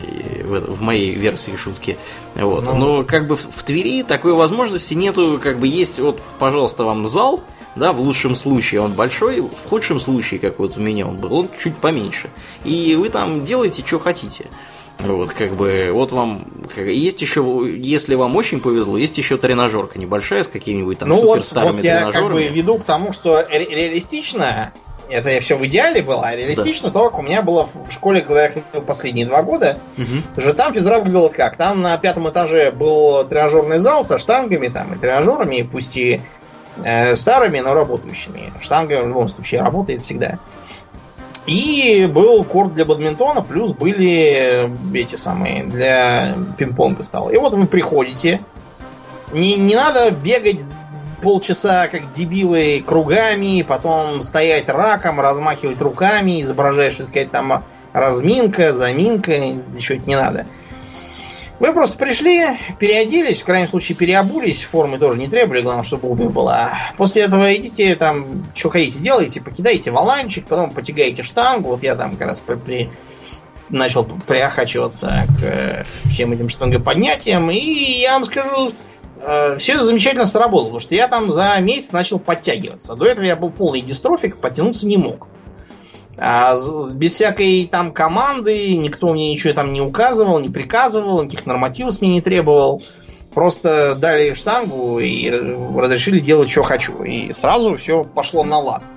в, в моей версии шутки. Вот. Ну, но как бы в, в Твери такой возможности нету, как бы есть, вот, пожалуйста, вам зал. Да, в лучшем случае он большой, в худшем случае, как вот у меня он был, он чуть поменьше. И вы там делаете, что хотите. Вот, как бы, вот вам, как, есть еще, если вам очень повезло, есть еще тренажерка небольшая с какими-нибудь там ну суперстарыми вот, вот я тренажерами. Как бы веду к тому, что ре- реалистично, это я все в идеале было, а реалистично да. то, как у меня было в школе, когда я ходил последние два года, угу. уже там физра выглядела как? Там на пятом этаже был тренажерный зал со штангами там и тренажерами, пусть и старыми, но работающими. Штанга в любом случае работает всегда. И был корт для бадминтона, плюс были эти самые для пинг-понга стало. И вот вы приходите, не, не надо бегать полчаса как дебилы кругами, потом стоять раком, размахивать руками, изображая, что это какая-то там разминка, заминка, еще это не надо. Вы просто пришли, переоделись, в крайнем случае переобулись, формы тоже не требовали, главное, чтобы обувь была. После этого идите там, что хотите, делаете, покидаете валанчик, потом потягаете штангу. Вот я там как раз при, при, начал приохачиваться к всем этим штангоподнятиям. И я вам скажу, э, все это замечательно сработало, потому что я там за месяц начал подтягиваться. До этого я был полный дистрофик, подтянуться не мог. А без всякой там команды никто мне ничего там не указывал, не приказывал, никаких нормативов с меня не требовал. Просто дали штангу и разрешили делать, что хочу. И сразу все пошло на лад.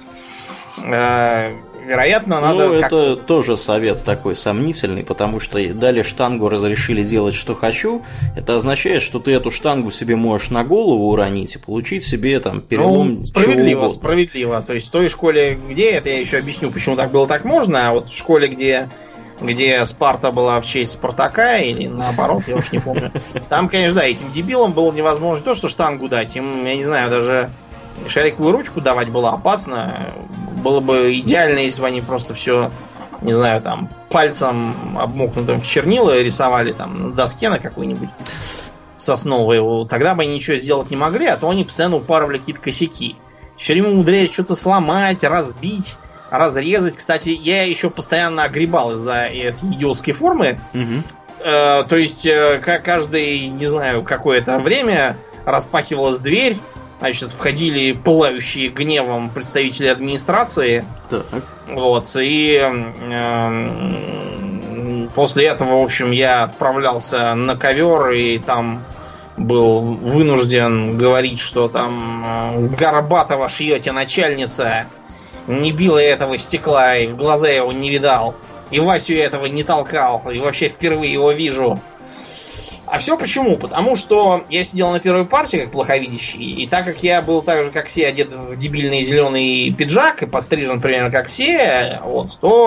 Вероятно, надо... Ну, это как... тоже совет такой сомнительный, потому что дали штангу, разрешили делать, что хочу. Это означает, что ты эту штангу себе можешь на голову уронить и получить себе там перелом. Ну, справедливо, справедливо. То есть в той школе, где, это я еще объясню, почему так было так можно, а вот в школе, где, где Спарта была в честь Спартака, или наоборот, я уж не помню. Там, конечно, да, этим дебилам было невозможно то, что штангу дать. Им, я не знаю, даже шариковую ручку давать было опасно. Было бы идеально, если бы они просто все, не знаю, там, пальцем обмокнутым в чернила рисовали там на доске на какой-нибудь сосновой. Тогда бы они ничего сделать не могли, а то они постоянно упарывали какие-то косяки. Все время умудрялись что-то сломать, разбить, разрезать. Кстати, я еще постоянно огребал из-за этой идиотской формы. Угу. Э, то есть, э, каждый, не знаю, какое-то время распахивалась дверь. Значит, входили пылающие гневом представители администрации. Так. Вот. И э, после этого, в общем, я отправлялся на ковер и там был вынужден говорить, что там Горбатова шьете, начальница. Не била этого стекла, и в глаза его не видал. И Васю этого не толкал. И вообще впервые его вижу. А все почему? Потому что я сидел на первой партии как плоховидящий, и так как я был так же, как все, одет в дебильный зеленый пиджак и пострижен примерно как все, вот, то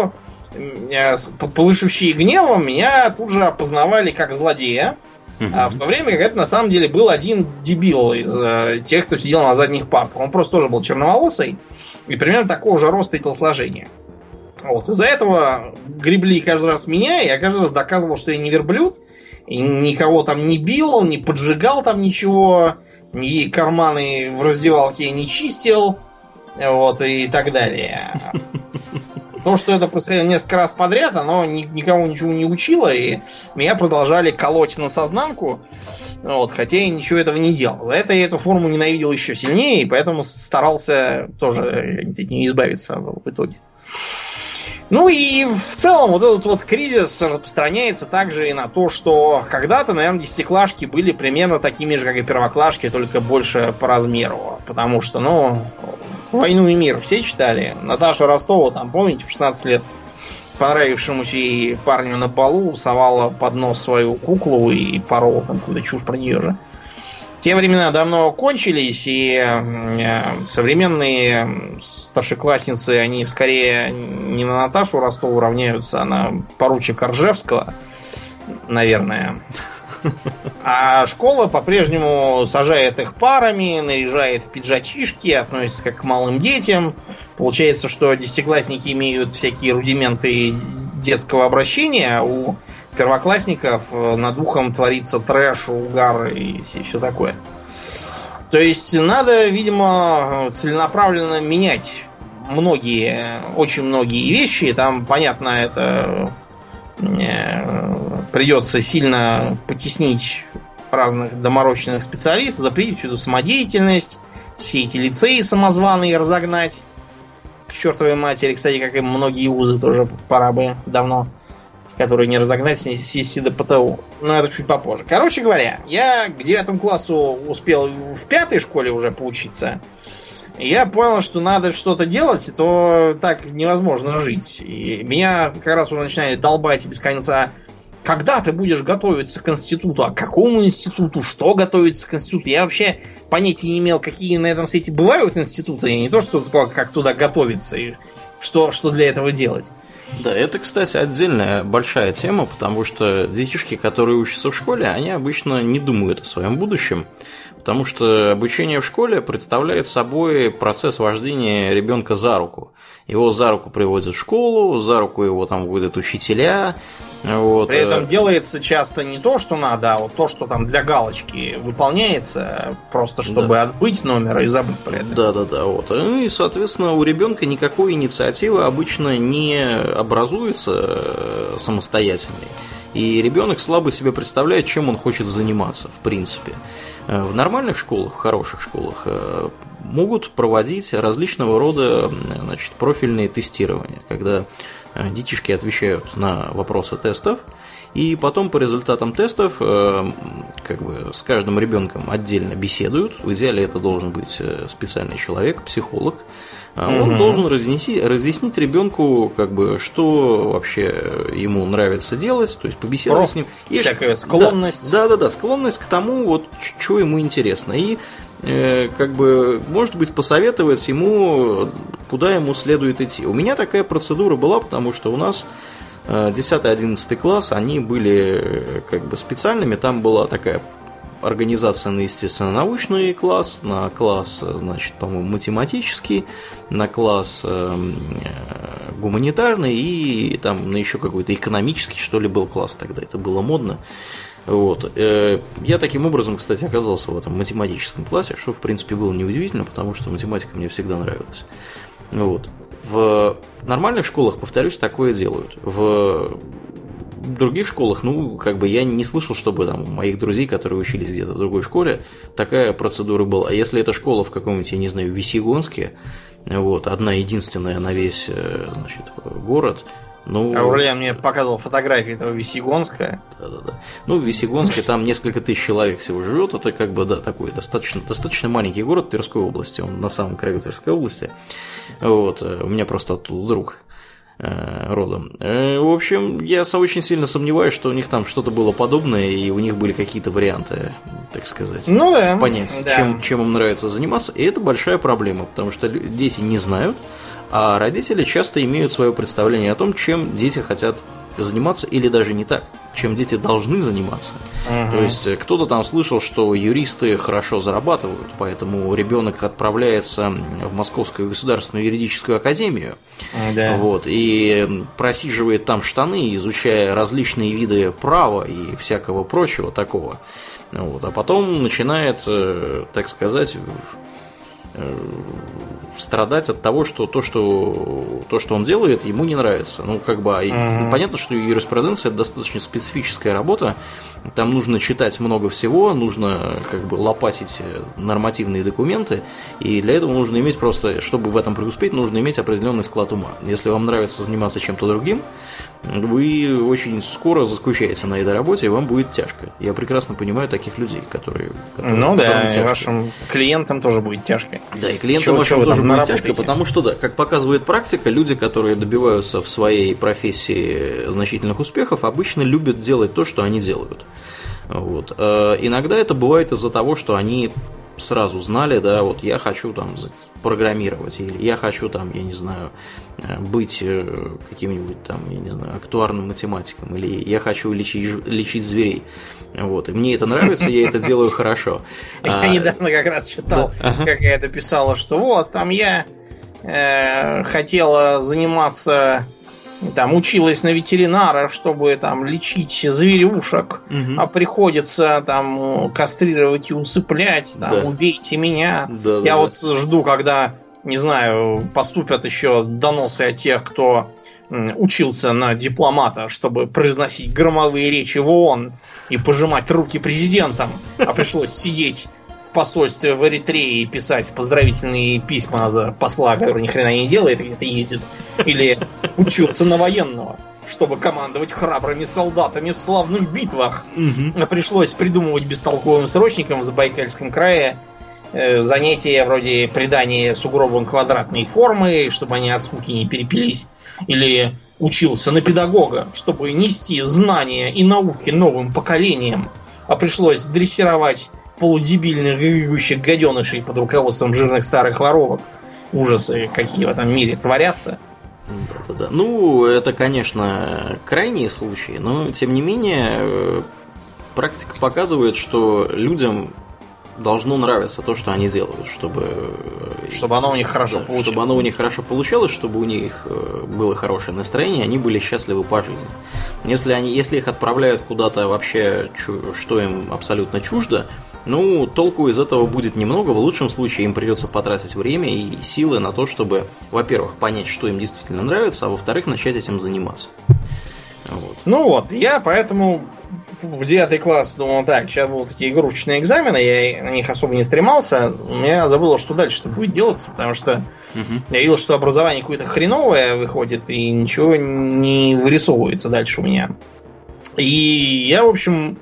полышущие гневом, меня тут же опознавали как злодея. Uh-huh. А в то время как это на самом деле был один дебил из э, тех, кто сидел на задних партах. Он просто тоже был черноволосый и примерно такого же роста и телосложения. Вот. Из-за этого гребли каждый раз меня, и я каждый раз доказывал, что я не верблюд, и никого там не бил, не поджигал там ничего, ни карманы в раздевалке не чистил, вот, и так далее. То, что это происходило несколько раз подряд, оно никому ничего не учило, и меня продолжали колоть на сознанку, вот, хотя я ничего этого не делал. За это я эту форму ненавидел еще сильнее, и поэтому старался тоже от нее избавиться в итоге. Ну и в целом вот этот вот кризис распространяется также и на то, что когда-то, наверное, десятиклашки были примерно такими же, как и первоклашки, только больше по размеру. Потому что, ну, «Войну и мир» все читали. Наташа Ростова, там, помните, в шестнадцать лет понравившемуся ей парню на балу совала под нос свою куклу и порола там какую-то чушь про нее же. Те времена давно кончились, и современные старшеклассницы, они скорее не на Наташу Ростову равняются, а на поручика Ржевского, наверное. А школа по-прежнему сажает их парами, наряжает в пиджачишки, относится как к малым детям. Получается, что десятиклассники имеют всякие рудименты детского обращения, а у первоклассников над ухом творится трэш, угар и все такое. То есть надо, видимо, целенаправленно менять многие, очень многие вещи. Там, понятно, это придется сильно потеснить разных доморощенных специалистов, запретить всю эту самодеятельность, все эти лицеи самозваные разогнать к чертовой матери. Кстати, как и многие вузы, тоже пора бы давно, которые не разогнать, снести до ПТУ. Но это чуть попозже. Короче говоря, я к девятому классу успел в пятой школе уже поучиться. И я понял, что надо что-то делать, и то так невозможно жить. И меня как раз уже начинали долбать без конца. Когда ты будешь готовиться к институту? А к какому институту? Что готовиться к институту? Я вообще понятия не имел, какие на этом свете бывают институты. И не то, что как, как туда готовиться и что, что для этого делать. Да, это, кстати, отдельная большая тема, потому что детишки, которые учатся в школе, они обычно не думают о своем будущем, потому что обучение в школе представляет собой процесс вождения ребенка за руку. Его за руку приводят в школу, за руку его там водят учителя. Вот. При этом делается часто не то, что надо, а вот то, что там для галочки выполняется, просто чтобы да. отбыть номер и забыть про это. Да, да, да. Вот. И, соответственно, у ребенка никакой инициативы обычно не образуется самостоятельной. И ребенок слабо себе представляет, чем он хочет заниматься, в принципе. В нормальных школах, в хороших школах могут проводить различного рода, значит, профильные тестирования, когда детишки отвечают на вопросы тестов, и потом по результатам тестов как бы с каждым ребенком отдельно беседуют. В идеале это должен быть специальный человек, психолог. Он угу. должен разъяснить, разъяснить ребенку, как бы, что вообще ему нравится делать, то есть побеседовать Просто с ним. Есть всякая склонность. Да, да, да, склонность к тому, вот, что ему интересно. И э, как бы, может быть, посоветовать ему, куда ему следует идти. У меня такая процедура была, потому что у нас десятый-одиннадцатый класс, они были как бы специальными, там была такая организация на естественно-научный класс, на класс, значит, по-моему, математический, на класс э, гуманитарный и там на еще какой-то экономический, что ли, был класс тогда, это было модно. Вот. Я таким образом, кстати, оказался в этом математическом классе, что, в принципе, было неудивительно, потому что математика мне всегда нравилась. Вот. В нормальных школах, повторюсь, такое делают. В других школах, ну, как бы я не слышал, чтобы там у моих друзей, которые учились где-то в другой школе, такая процедура была. Если эта школа в каком-нибудь, я не знаю, Весьегонске, вот, одна единственная на весь, значит, город. Ну, Аурлиан мне показывал фотографии этого Весьегонска. Да-да-да. Ну, в Весьегонске там несколько тысяч человек всего живет. Это как бы, да, такой достаточно, достаточно маленький город Тверской области. Он на самом краю Тверской области. Вот. У меня просто оттуда друг родом. В общем, я очень сильно сомневаюсь, что у них там что-то было подобное, и у них были какие-то варианты, так сказать, ну, да, понять, да. Чем, чем им нравится заниматься. И это большая проблема, потому что дети не знают, А родители часто имеют свое представление о том, чем дети хотят заниматься, или даже не так, чем дети должны заниматься. Uh-huh. То есть кто-то там слышал, что юристы хорошо зарабатывают, поэтому ребенок отправляется в Московскую государственную юридическую академию, uh-huh. вот, и просиживает там штаны, изучая различные виды права и всякого прочего такого. Вот, а потом начинает, так сказать, страдать от того, что то, что то, что он делает, ему не нравится. Ну, как бы, mm-hmm. понятно, что юриспруденция – это достаточно специфическая работа. Там нужно читать много всего, нужно как бы лопатить нормативные документы, и для этого нужно иметь просто, чтобы в этом преуспеть, нужно иметь определенный склад ума. Если вам нравится заниматься чем-то другим, вы очень скоро заскучаете на этой работе, и вам будет тяжко. Я прекрасно понимаю таких людей, которые... которые ну да, и вашим клиентам тоже будет тяжко. Да, и клиентам вашим тоже будет тяжко, потому что, да, как показывает практика, люди, которые добиваются в своей профессии значительных успехов, обычно любят делать то, что они делают. Вот. Иногда это бывает из-за того, что они сразу знали, да, вот я хочу там программировать, или я хочу там, я не знаю, быть каким-нибудь там, я не знаю, актуарным математиком, или я хочу лечить, лечить зверей. Вот. И мне это нравится, я это делаю хорошо. Я недавно как раз читал, как я это писала, что вот, там я хотела заниматься, там, училась на ветеринара, чтобы там лечить зверюшек, угу. а приходится там кастрировать и усыплять, там, да. убейте меня. Да, Я да, вот да. жду, когда, не знаю, поступят еще доносы от тех, кто учился на дипломата, чтобы произносить громовые речи в ООН и пожимать руки президентам, а пришлось сидеть в посольстве в Эритрее и писать поздравительные письма за посла, который ни хрена не делает, где-то ездит, или учился на военного, чтобы командовать храбрыми солдатами в славных битвах. Угу. Пришлось придумывать бестолковым срочникам в Забайкальском крае э, занятия вроде придания сугробам квадратной формы, чтобы они от скуки не перепились, или учился на педагога, чтобы нести знания и науки новым поколениям, а пришлось дрессировать полудебильных грызущих гаденышей под руководством жирных старых воровок. Ужасы, какие в этом мире творятся. Да-да-да. Ну, это, конечно, крайние случаи, но, тем не менее, практика показывает, что людям должно нравиться то, что они делают, чтобы... Чтобы оно у них хорошо да, получалось. Чтобы оно у них хорошо получалось, чтобы у них было хорошее настроение, они были счастливы по жизни. Если, они, если их отправляют куда-то вообще, что им абсолютно чуждо, ну, толку из этого будет немного. В лучшем случае им придется потратить время и силы на то, чтобы, во-первых, понять, что им действительно нравится, а во-вторых, начать этим заниматься. Вот. Ну вот, я поэтому в девятый класс думал, так, сейчас будут эти игрушечные экзамены, я на них особо не стремался, я забыл, что дальше-то будет делаться, потому что угу. я видел, что образование какое-то хреновое выходит, и ничего не вырисовывается дальше у меня. И я, в общем...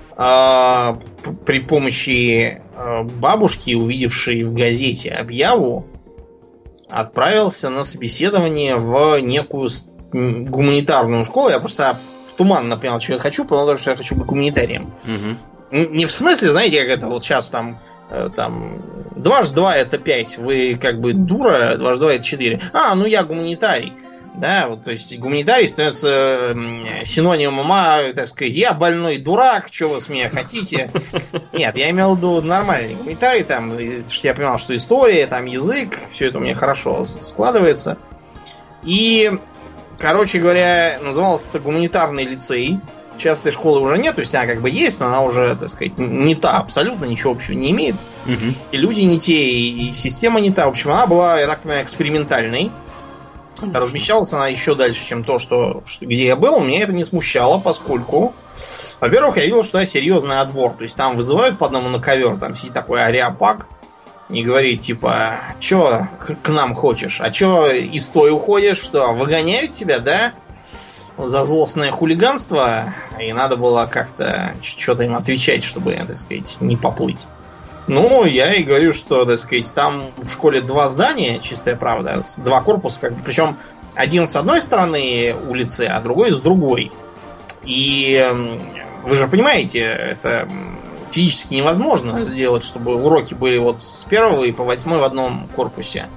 при помощи бабушки, увидевшей в газете объяву, отправился на собеседование в некую гуманитарную школу. Я просто туманно понял, что я хочу, понял, что я хочу быть гуманитарием. Угу. Не в смысле, знаете, как это вот сейчас там, там дважды два это пять, вы как бы дура, дважды два это четыре. А, ну я гуманитарий. Да, вот, то есть гуманитарий становится синонимом, а, так сказать, я больной дурак, что вы с меня хотите? Нет, я имел в виду нормальный гуманитарий, там, что я понимал, что история, там, язык, все это у меня хорошо складывается. И, короче говоря, назывался это гуманитарный лицей. Частой школы уже нет, то есть она как бы есть, но она уже, так сказать, не та абсолютно, ничего общего не имеет. Угу. И люди не те, и система не та. В общем, она была, я так понимаю, экспериментальной. Размещалась она еще дальше, чем то, что, что, где я был. Меня это не смущало, поскольку, во-первых, я видел, что это серьезный отбор. То есть там вызывают по одному на ковер, там сидит такой ариапак и говорит, типа, че к, к нам хочешь? А че из той уходишь? Что, выгоняют тебя, да? За злостное хулиганство. И надо было как-то что-то им отвечать, чтобы, так сказать, не поплыть. Ну, я и говорю, что, так сказать, там в школе два здания, чистая правда, два корпуса, как бы, причем один с одной стороны улицы, а другой с другой. И вы же понимаете, это физически невозможно сделать, чтобы уроки были вот с первого и по восьмой в одном корпусе.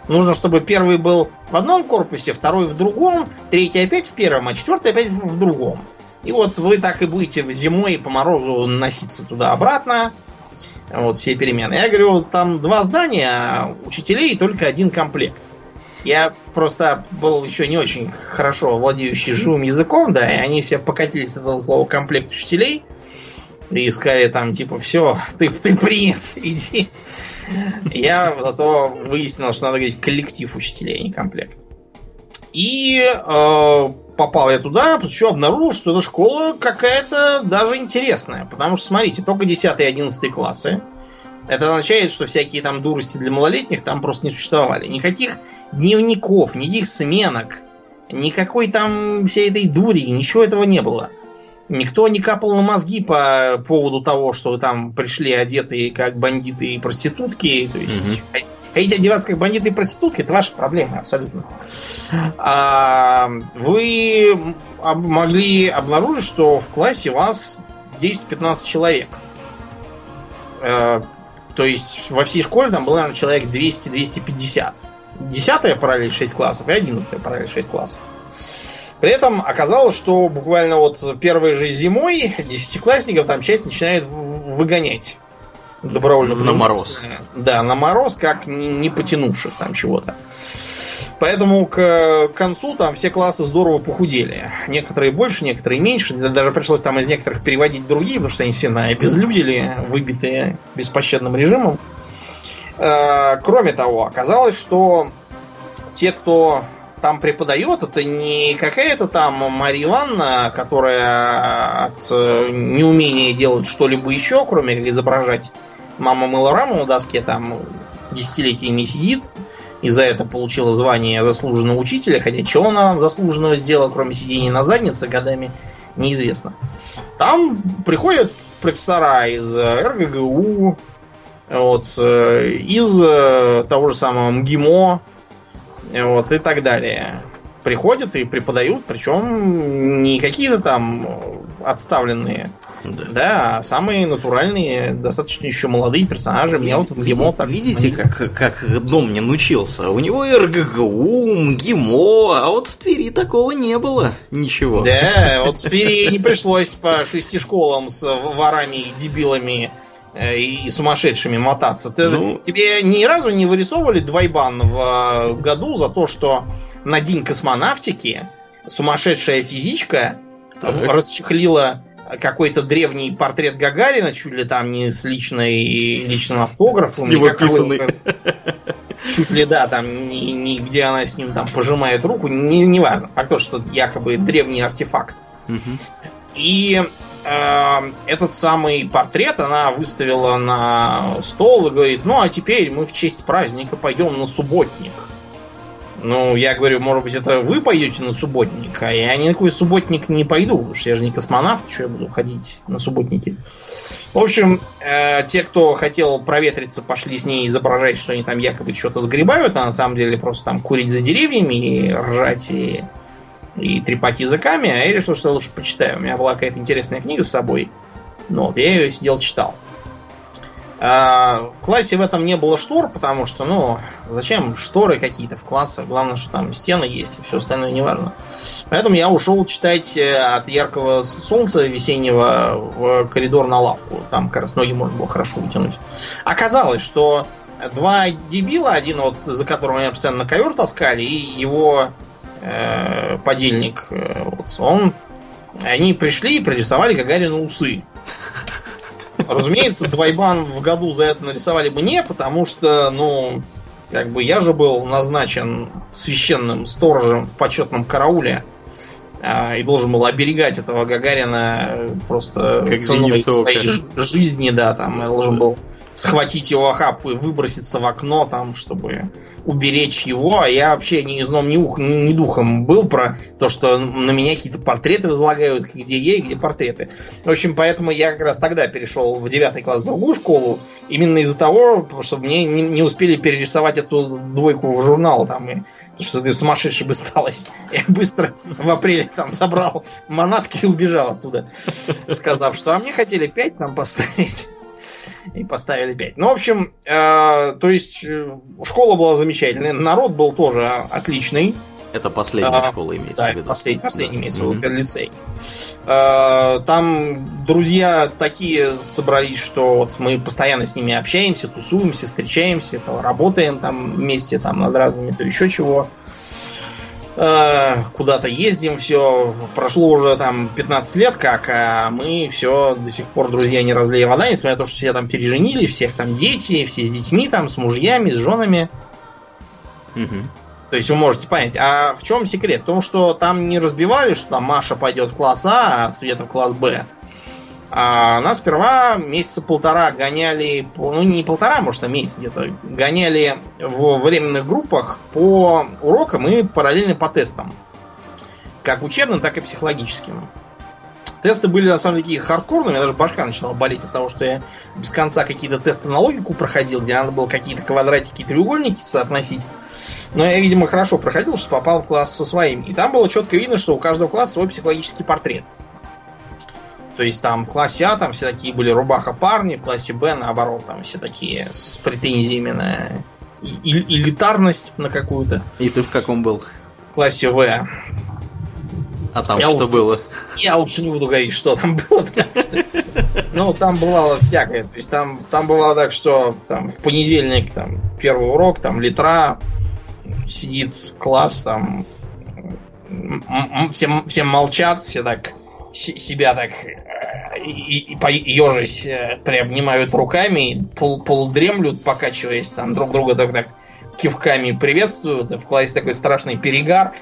Нужно, чтобы первый был в одном корпусе, второй в другом, третий опять в первом, а четвертый опять в другом. И вот вы так и будете зимой по морозу носиться туда-обратно. Вот все перемены. Я говорю, там два здания, а учителей только один комплект. Я просто был еще не очень хорошо владеющий живым языком, да, и они все покатились от этого слова комплект учителей. И сказали там, типа, все, ты, ты принят, иди. Я зато выяснил, что надо говорить коллектив учителей, а не комплект. И э, попал я туда, еще обнаружил, что эта школа какая-то даже интересная. Потому что, смотрите, только десятый и одиннадцатый классы. Это означает, что всякие там дурости для малолетних там просто не существовали. Никаких дневников, никаких сменок, никакой там всей этой дури, ничего этого не было. Никто не капал на мозги по поводу того, что вы там пришли одетые как бандиты и проститутки. То есть, mm-hmm. хотите одеваться как бандиты и проститутки, это ваша проблема, абсолютно. А вы могли обнаружить, что в классе у вас десять-пятнадцать человек. То есть во всей школе там было, наверное, человек двести-двести пятьдесят. Десятая параллель шесть классов и одиннадцатая параллель шесть классов. При этом оказалось, что буквально вот первой же зимой десятиклассников там часть начинает выгонять. Добровольно. На мороз. Да, на мороз, как не потянувших там чего-то. Поэтому к концу там все классы здорово похудели. Некоторые больше, некоторые меньше. Даже пришлось там из некоторых переводить другие, потому что они все обезлюдили, выбитые беспощадным режимом. Кроме того, оказалось, что те, кто там преподает, это не какая-то там Марья Ивановна, которая от неумения делать что-либо еще, кроме как изображать мама мыла раму на доске, там десятилетиями сидит, и за это получила звание заслуженного учителя, хотя чего она заслуженного сделала, кроме сидения на заднице, годами неизвестно. Там приходят профессора из эр гэ гэ у, вот, из того же самого МГИМО, вот, и так далее. Приходят и преподают, причем не какие-то там отставленные, да, да, а самые натуральные, достаточно еще молодые персонажи. Меня вот МГИМО так видите, как, как Дом не научился. У него эр гэ гэ у, МГИМО, а вот в Твери такого не было ничего. Да, вот в Твери не пришлось по шести школам с ворами и дебилами и сумасшедшими мотаться. Ты, ну, тебе ни разу не вырисовывали двойбан в году за то, что на день космонавтики сумасшедшая физичка так расчехлила какой-то древний портрет Гагарина, чуть ли там не с личной, личным автографом. С него писанный. Чуть ли, да, там, ни, ни, где она с ним там пожимает руку, не, не важно. Факт то, что якобы древний артефакт. Угу. И этот самый портрет она выставила на стол и говорит: ну а теперь мы в честь праздника пойдем на субботник. Ну, я говорю, может быть, это вы пойдете на субботник, а я ни на какой субботник не пойду, потому что я же не космонавт, что я буду ходить на субботники. В общем, э, те, кто хотел проветриться, пошли с ней изображать, что они там якобы что-то сгребают, а на самом деле просто там курить за деревьями и ржать и... и трепать языками, а я решил, что я лучше почитаю. У меня была какая-то интересная книга с собой. Ну, вот, я ее сидел, читал. А, в классе в этом не было штор, потому что, ну, зачем шторы какие-то в классах? Главное, что там стены есть, и все остальное не важно. Поэтому я ушел читать от яркого солнца весеннего в коридор на лавку. Там как раз ноги можно было хорошо вытянуть. Оказалось, что два дебила, один вот, за которым меня постоянно на ковер таскали, и его подельник, вот, он, они пришли и прорисовали Гагарину усы. Разумеется, двойбан в году за это нарисовали мне, потому что, ну, как бы я же был назначен священным сторожем в почетном карауле э, и должен был оберегать этого Гагарина просто как ценой своей жизни, да, там, я должен был схватить его охапку и выброситься в окно, там, чтобы уберечь его. А я вообще ни сном, ни, ух, ни, ни духом был про то, что на меня какие-то портреты возлагают, где я и где портреты. В общем, поэтому я как раз тогда перешел в девятый класс в другую школу, именно из-за того, что мне не, не успели перерисовать эту двойку в журнал, там, и, потому что ты сумасшедший бы сталось. Я быстро в апреле там собрал манатки и убежал оттуда, сказав, что а мне хотели пять там поставить. И поставили пять. Ну, в общем, э, то есть школа была замечательная, народ был тоже отличный. Это последняя а, школа имеется да, в виду. Последний, последний да. имеется в виду, mm-hmm. лицей. А, там друзья такие собрались, что вот мы постоянно с ними общаемся, тусуемся, встречаемся, то работаем там вместе там над разными, то еще чего. А, куда-то ездим, все. Прошло уже там пятнадцать лет как, а мы все до сих пор друзья не разлей вода, несмотря на то, что все там переженили, всех там дети, все с детьми там, с мужьями, с женами. Mm-hmm. То есть вы можете понять, а в чем секрет? В том, что там не разбивали, что там Маша пойдет в класс А, а Света в класс Б. А нас сперва месяца полтора гоняли, ну не полтора, может, а месяц где-то, гоняли в временных группах по урокам и параллельно по тестам. Как учебным, так и психологическим. Тесты были, на самом деле, такие хардкорные. У меня даже башка начала болеть от того, что я без конца какие-то тесты на логику проходил, где надо было какие-то квадратики, треугольники соотносить. Но я, видимо, хорошо проходил, что попал в класс со своими. И там было четко видно, что у каждого класса свой психологический портрет. То есть там в классе А там все такие были рубаха парни, в классе Б, наоборот, там все такие с претензиями на элитарность на какую-то. И ты в каком был? В классе В. А там я что лучше, было? Я лучше не буду говорить, что там было. Ну, там бывало всякое. То есть там, там бывало так, что там в понедельник там первый урок, там литра, сидит класс, там все, все молчат, все так себя так и, и, и ежась приобнимают руками, пол, полудремлют, покачиваясь, там друг друга так, так кивками приветствуют. В классе такой страшный перегар.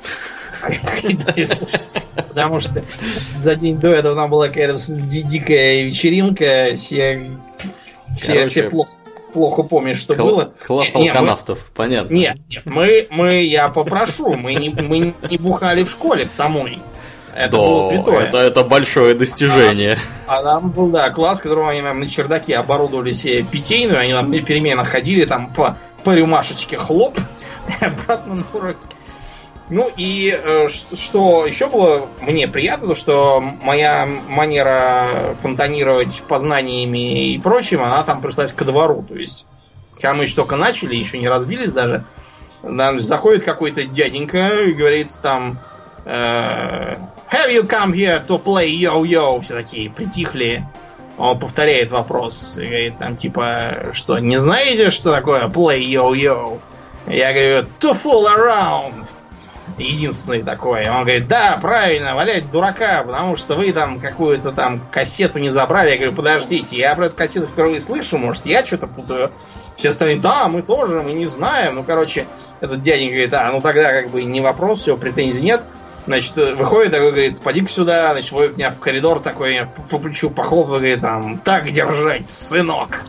Потому что за день до этого там была какая-то дикая вечеринка. Все, все, все плохо, плохо помнят, что Кл- было. Класс алканавтов, мы, понятно. Нет, нет, мы, мы, я попрошу, мы не, мы не бухали в школе в самой. Это да, было святое. Это, это большое достижение. А, а там был, да, класс, в котором они нам на чердаке оборудовали себе питейную, они нам на переменах ходили там по, по рюмашечке хлоп и обратно на уроки. Ну и э, что еще было мне приятно, то что моя манера фонтанировать познаниями и прочим, она там пришлась ко двору. То есть, когда мы еще только начали, еще не разбились даже, нам заходит какой-то дяденька и говорит там э, Have you come here to play yo-yo? Все такие притихли. Он повторяет вопрос. И говорит там типа, что, не знаете, что такое play yo-yo? Я говорю, to fool around. Единственный такой. Он говорит, да, правильно, валять дурака, потому что вы там какую-то там кассету не забрали. Я говорю, подождите, я про эту кассету впервые слышу, может, я что-то путаю. Все остальные, да, мы тоже, мы не знаем. Ну, короче, этот дяденька говорит, а, ну тогда как бы не вопрос, все, претензий нет. Значит, выходит такой, говорит, поди-ка сюда, значит, вводит меня в коридор такой, по плечу похлопывает, говорит, там, так держать, сынок.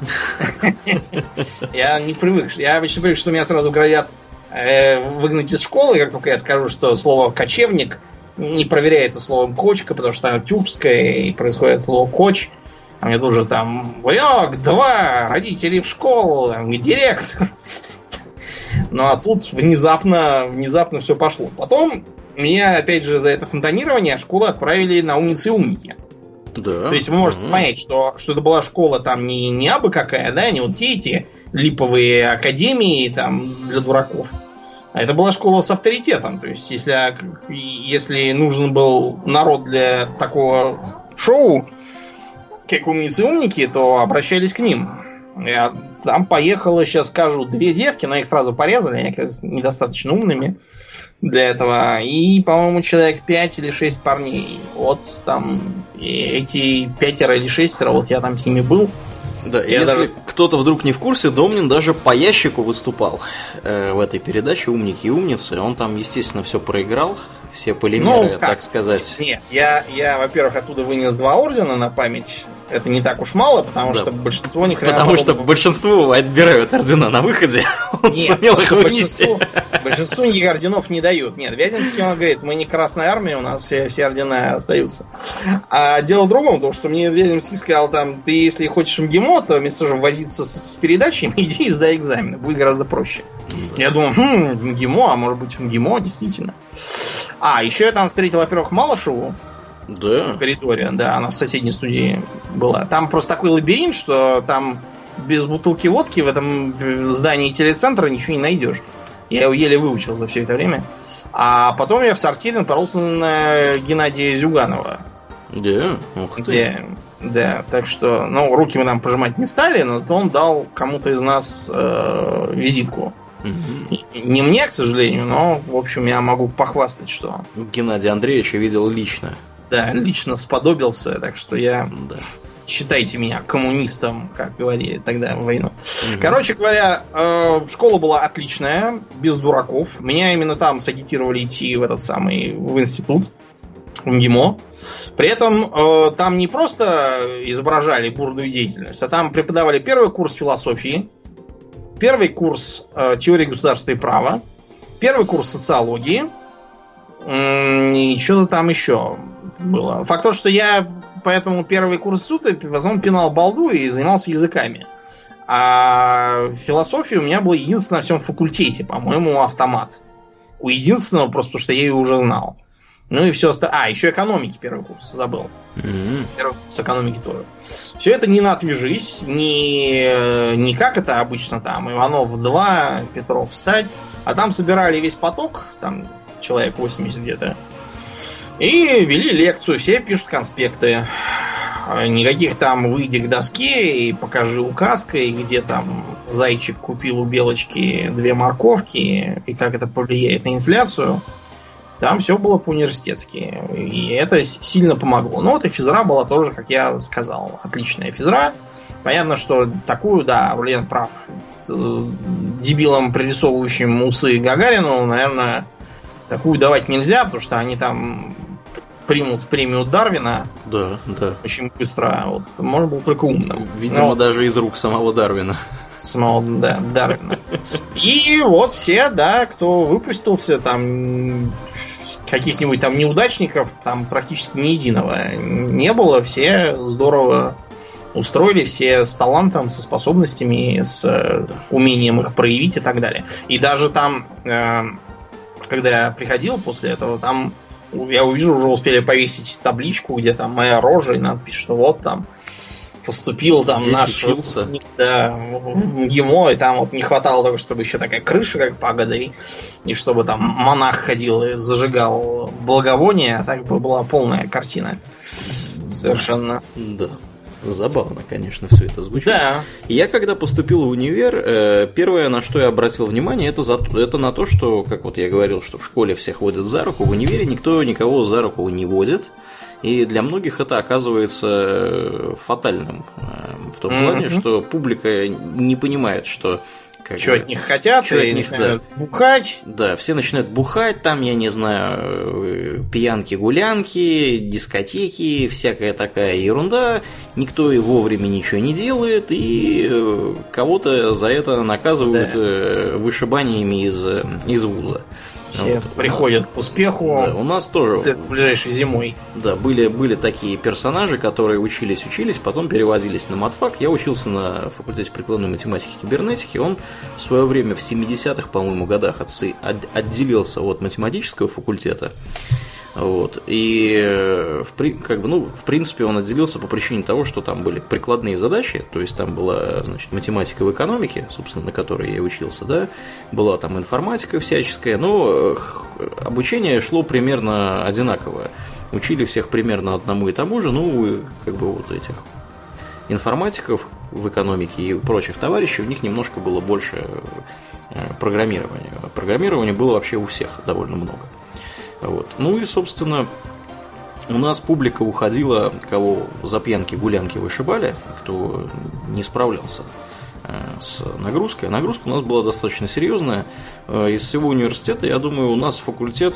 Я не привык, я обычно привык, что меня сразу грозят выгнать из школы, как только я скажу, что слово кочевник не проверяется словом кочка, потому что оно тюркское, и происходит слово коч. А мне тут же там урок, два, родители в школу, там, директор. Ну а тут внезапно, внезапно все пошло. Потом меня, опять же, за это фонтанирование школы отправили на умницы и умники. Да. То есть вы можете угу. понять, что, что это была школа там не, не абы какая, да, не вот все эти липовые академии там для дураков. А это была школа с авторитетом. То есть, если, если нужен был народ для такого шоу, как умницы и умники, то обращались к ним. Я, там поехало, сейчас скажу, две девки, но их сразу порезали, они оказались недостаточно умными для этого. И, по-моему, человек пять или шесть парней. Вот там эти пятеро или шестеро, вот я там с ними был. Да, я если даже... кто-то вдруг не в курсе, Домнин даже по ящику выступал э, в этой передаче «Умники и умницы». Он там, естественно, все проиграл, все полимеры, ну, так сказать. Нет, я, я, во-первых, оттуда вынес два ордена на память. Это не так уж мало, потому да. что большинство ни хрена Потому подобного. Что большинству отбирают ордена на выходе. Он Нет, сумел их большинству, большинству никаких орденов не дают. Нет, Вяземский, он говорит, мы не Красная Армия, у нас все, все ордена остаются. А дело в другом, потому что мне Вяземский сказал, там, ты если хочешь МГИМО, то вместо того, чтобы возиться с, с передачами, иди и сдай экзамены, будет гораздо проще. Я думаю, хм, МГИМО, а может быть МГИМО, действительно. А, еще я там встретил, во-первых, Малышеву, Да. В коридоре, да, она в соседней студии была. Там просто такой лабиринт, что там без бутылки водки в этом здании телецентра ничего не найдешь. Я его еле выучил за все это время. А потом я в сортире напоролся на Геннадия Зюганова. Да, ух ты. Где, да, так что, ну, руки мы там пожимать не стали, но зато он дал кому-то из нас э, визитку. Угу. Не мне, к сожалению, но, в общем, я могу похвастать, что... Геннадий Андреевич видел лично. Да, лично сподобился, так что я... Да. Считайте меня коммунистом, как говорили тогда в войну. Угу. Короче говоря, э, школа была отличная, без дураков. Меня именно там сагитировали идти в этот самый, в институт, в ГИМО. При этом э, там не просто изображали бурную деятельность, а там преподавали первый курс философии, первый курс э, теории государства и права, первый курс социологии, э, и что-то там еще было. Факт то, что я поэтому первый курс сута в основном пинал балду и занимался языками. А философия у меня была единственная на всем факультете, по-моему, автомат. У единственного, просто потому что я ее уже знал. Ну и все остальное. А, еще экономики первый курс, забыл. Mm-hmm. Первый курс экономики тоже. Все это не на отвяжись, не, не как это обычно там, Иванов два, Петров встать, а там собирали весь поток, там человек восемьдесят где-то, и вели лекцию, все пишут конспекты. Никаких там выйди к доске и покажи указкой, где там зайчик купил у белочки две морковки и как это повлияет на инфляцию. Там все было по-университетски. И это сильно помогло. Ну вот и физра была тоже, как я сказал, отличная физра. Понятно, что такую, да, Лен прав, дебилам, пририсовывающим усы Гагарину, наверное, такую давать нельзя, потому что они там примут премию Дарвина. Да, да. Очень быстро. Вот. Можно было только умным. Видимо, но... даже из рук самого Дарвина. Самого, да, Дарвина. И вот все, да, кто выпустился, там каких-нибудь там неудачников, там практически ни единого не было. Все здорово устроили, все с талантом, со способностями, с умением их проявить и так далее. И даже там, когда я приходил после этого, там я увижу, уже успели повесить табличку, где там моя рожа и надпись, что вот там поступил там здесь наш выпускник, да, в ГИМО, и там вот не хватало только, чтобы еще такая крыша, как пагода, и, и чтобы там монах ходил и зажигал благовония, а так бы была полная картина. Совершенно. Да. Забавно, конечно, все это звучит. Да. Я когда поступил в универ, первое, на что я обратил внимание, это, за, это на то, что, как вот я говорил, что в школе всех водят за руку, в универе никто никого за руку не водит. И для многих это оказывается фатальным. В том mm-hmm. плане, что публика не понимает, что... Как что бы, от них хотят, что и от них, начинают да, бухать. Да, все начинают бухать, там, я не знаю, пьянки-гулянки, дискотеки, всякая такая ерунда. Никто и вовремя ничего не делает, и кого-то за это наказывают да. вышибаниями из, из вуза. Все вот, приходят к успеху. Да, у нас тоже ближайшей зимой. Да, были, были такие персонажи, которые учились, учились, потом переводились на матфак. Я учился на факультете прикладной математики и кибернетики. Он в свое время в семидесятых, по-моему, годах отцы, от, отделился от математического факультета. Вот. И в, как бы, ну, в принципе он отделился по причине того, что там были прикладные задачи, то есть там была, значит, математика в экономике, собственно, на которой я учился, да, была там информатика всяческая, но обучение шло примерно одинаково. Учили всех примерно одному и тому же, ну, как бы вот этих информатиков в экономике и прочих товарищей, у них немножко было больше программирования. Программирования было вообще у всех довольно много. Вот. Ну и, собственно, у нас публика уходила, кого за пьянки, гулянки вышибали, кто не справлялся с нагрузкой. Нагрузка у нас была достаточно серьезная. Из всего университета, я думаю, у нас факультет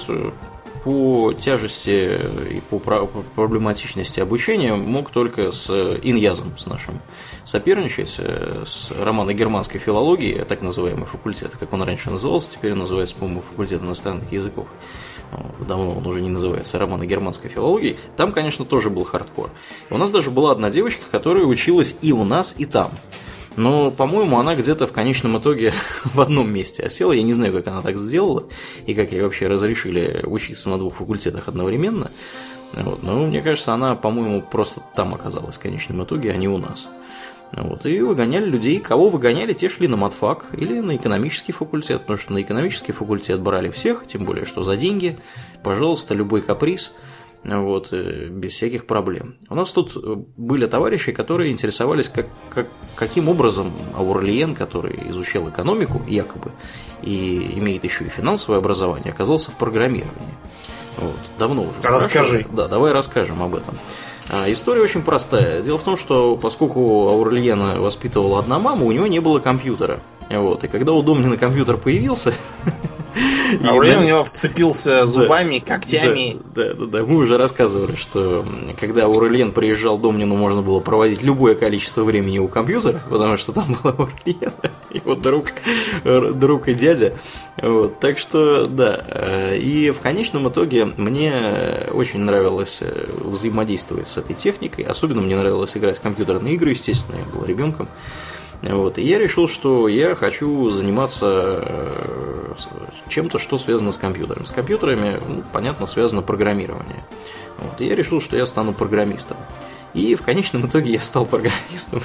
по тяжести и по проблематичности обучения мог только с Иньязом, с нашим, соперничать, с романо-германской филологии, так называемый факультет, как он раньше назывался, теперь он называется, по-моему, факультет иностранных языков. Давно он уже не называется романо-германской филологией. Там, конечно, тоже был хардкор. И у нас даже была одна девочка, которая училась и у нас, и там. Но, по-моему, она где-то в конечном итоге в одном месте осела. Я не знаю, как она так сделала, и как ей вообще разрешили учиться на двух факультетах одновременно. Вот. Но мне кажется, она, по-моему, просто там оказалась в конечном итоге, а не у нас. Вот. И выгоняли людей. Кого выгоняли, те шли на матфак или на экономический факультет, потому что на экономический факультет брали всех, тем более, что за деньги, пожалуйста, любой каприз, вот, без всяких проблем. У нас тут были товарищи, которые интересовались, как, как, каким образом Аурлиен, который изучал экономику, якобы, и имеет еще и финансовое образование, оказался в программировании. Вот. Давно уже. Расскажи. Да, давай расскажем об этом. История очень простая. Дело в том, что поскольку Аурлиена воспитывала одна мама, у него не было компьютера. Вот. И когда у Домнина компьютер появился... Аурлиен у него вцепился зубами, когтями. Да, да, да. Мы уже рассказывали, что когда Аурлиен приезжал к Домнину, можно было проводить любое количество времени у компьютера, потому что там был Аурлиен, его друг, друг и дядя. Вот. Так что, да. И в конечном итоге мне очень нравилось взаимодействовать с этой техникой. Особенно мне нравилось играть в компьютерные игры, естественно, я был ребенком. Вот. И я решил, что я хочу заниматься чем-то, что связано с компьютерами. С компьютерами, ну, понятно, связано программирование. Вот. И я решил, что я стану программистом. И в конечном итоге я стал программистом.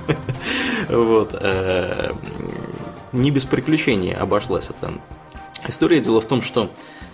Вот. Не без приключений обошлась эта история. Дело в том, что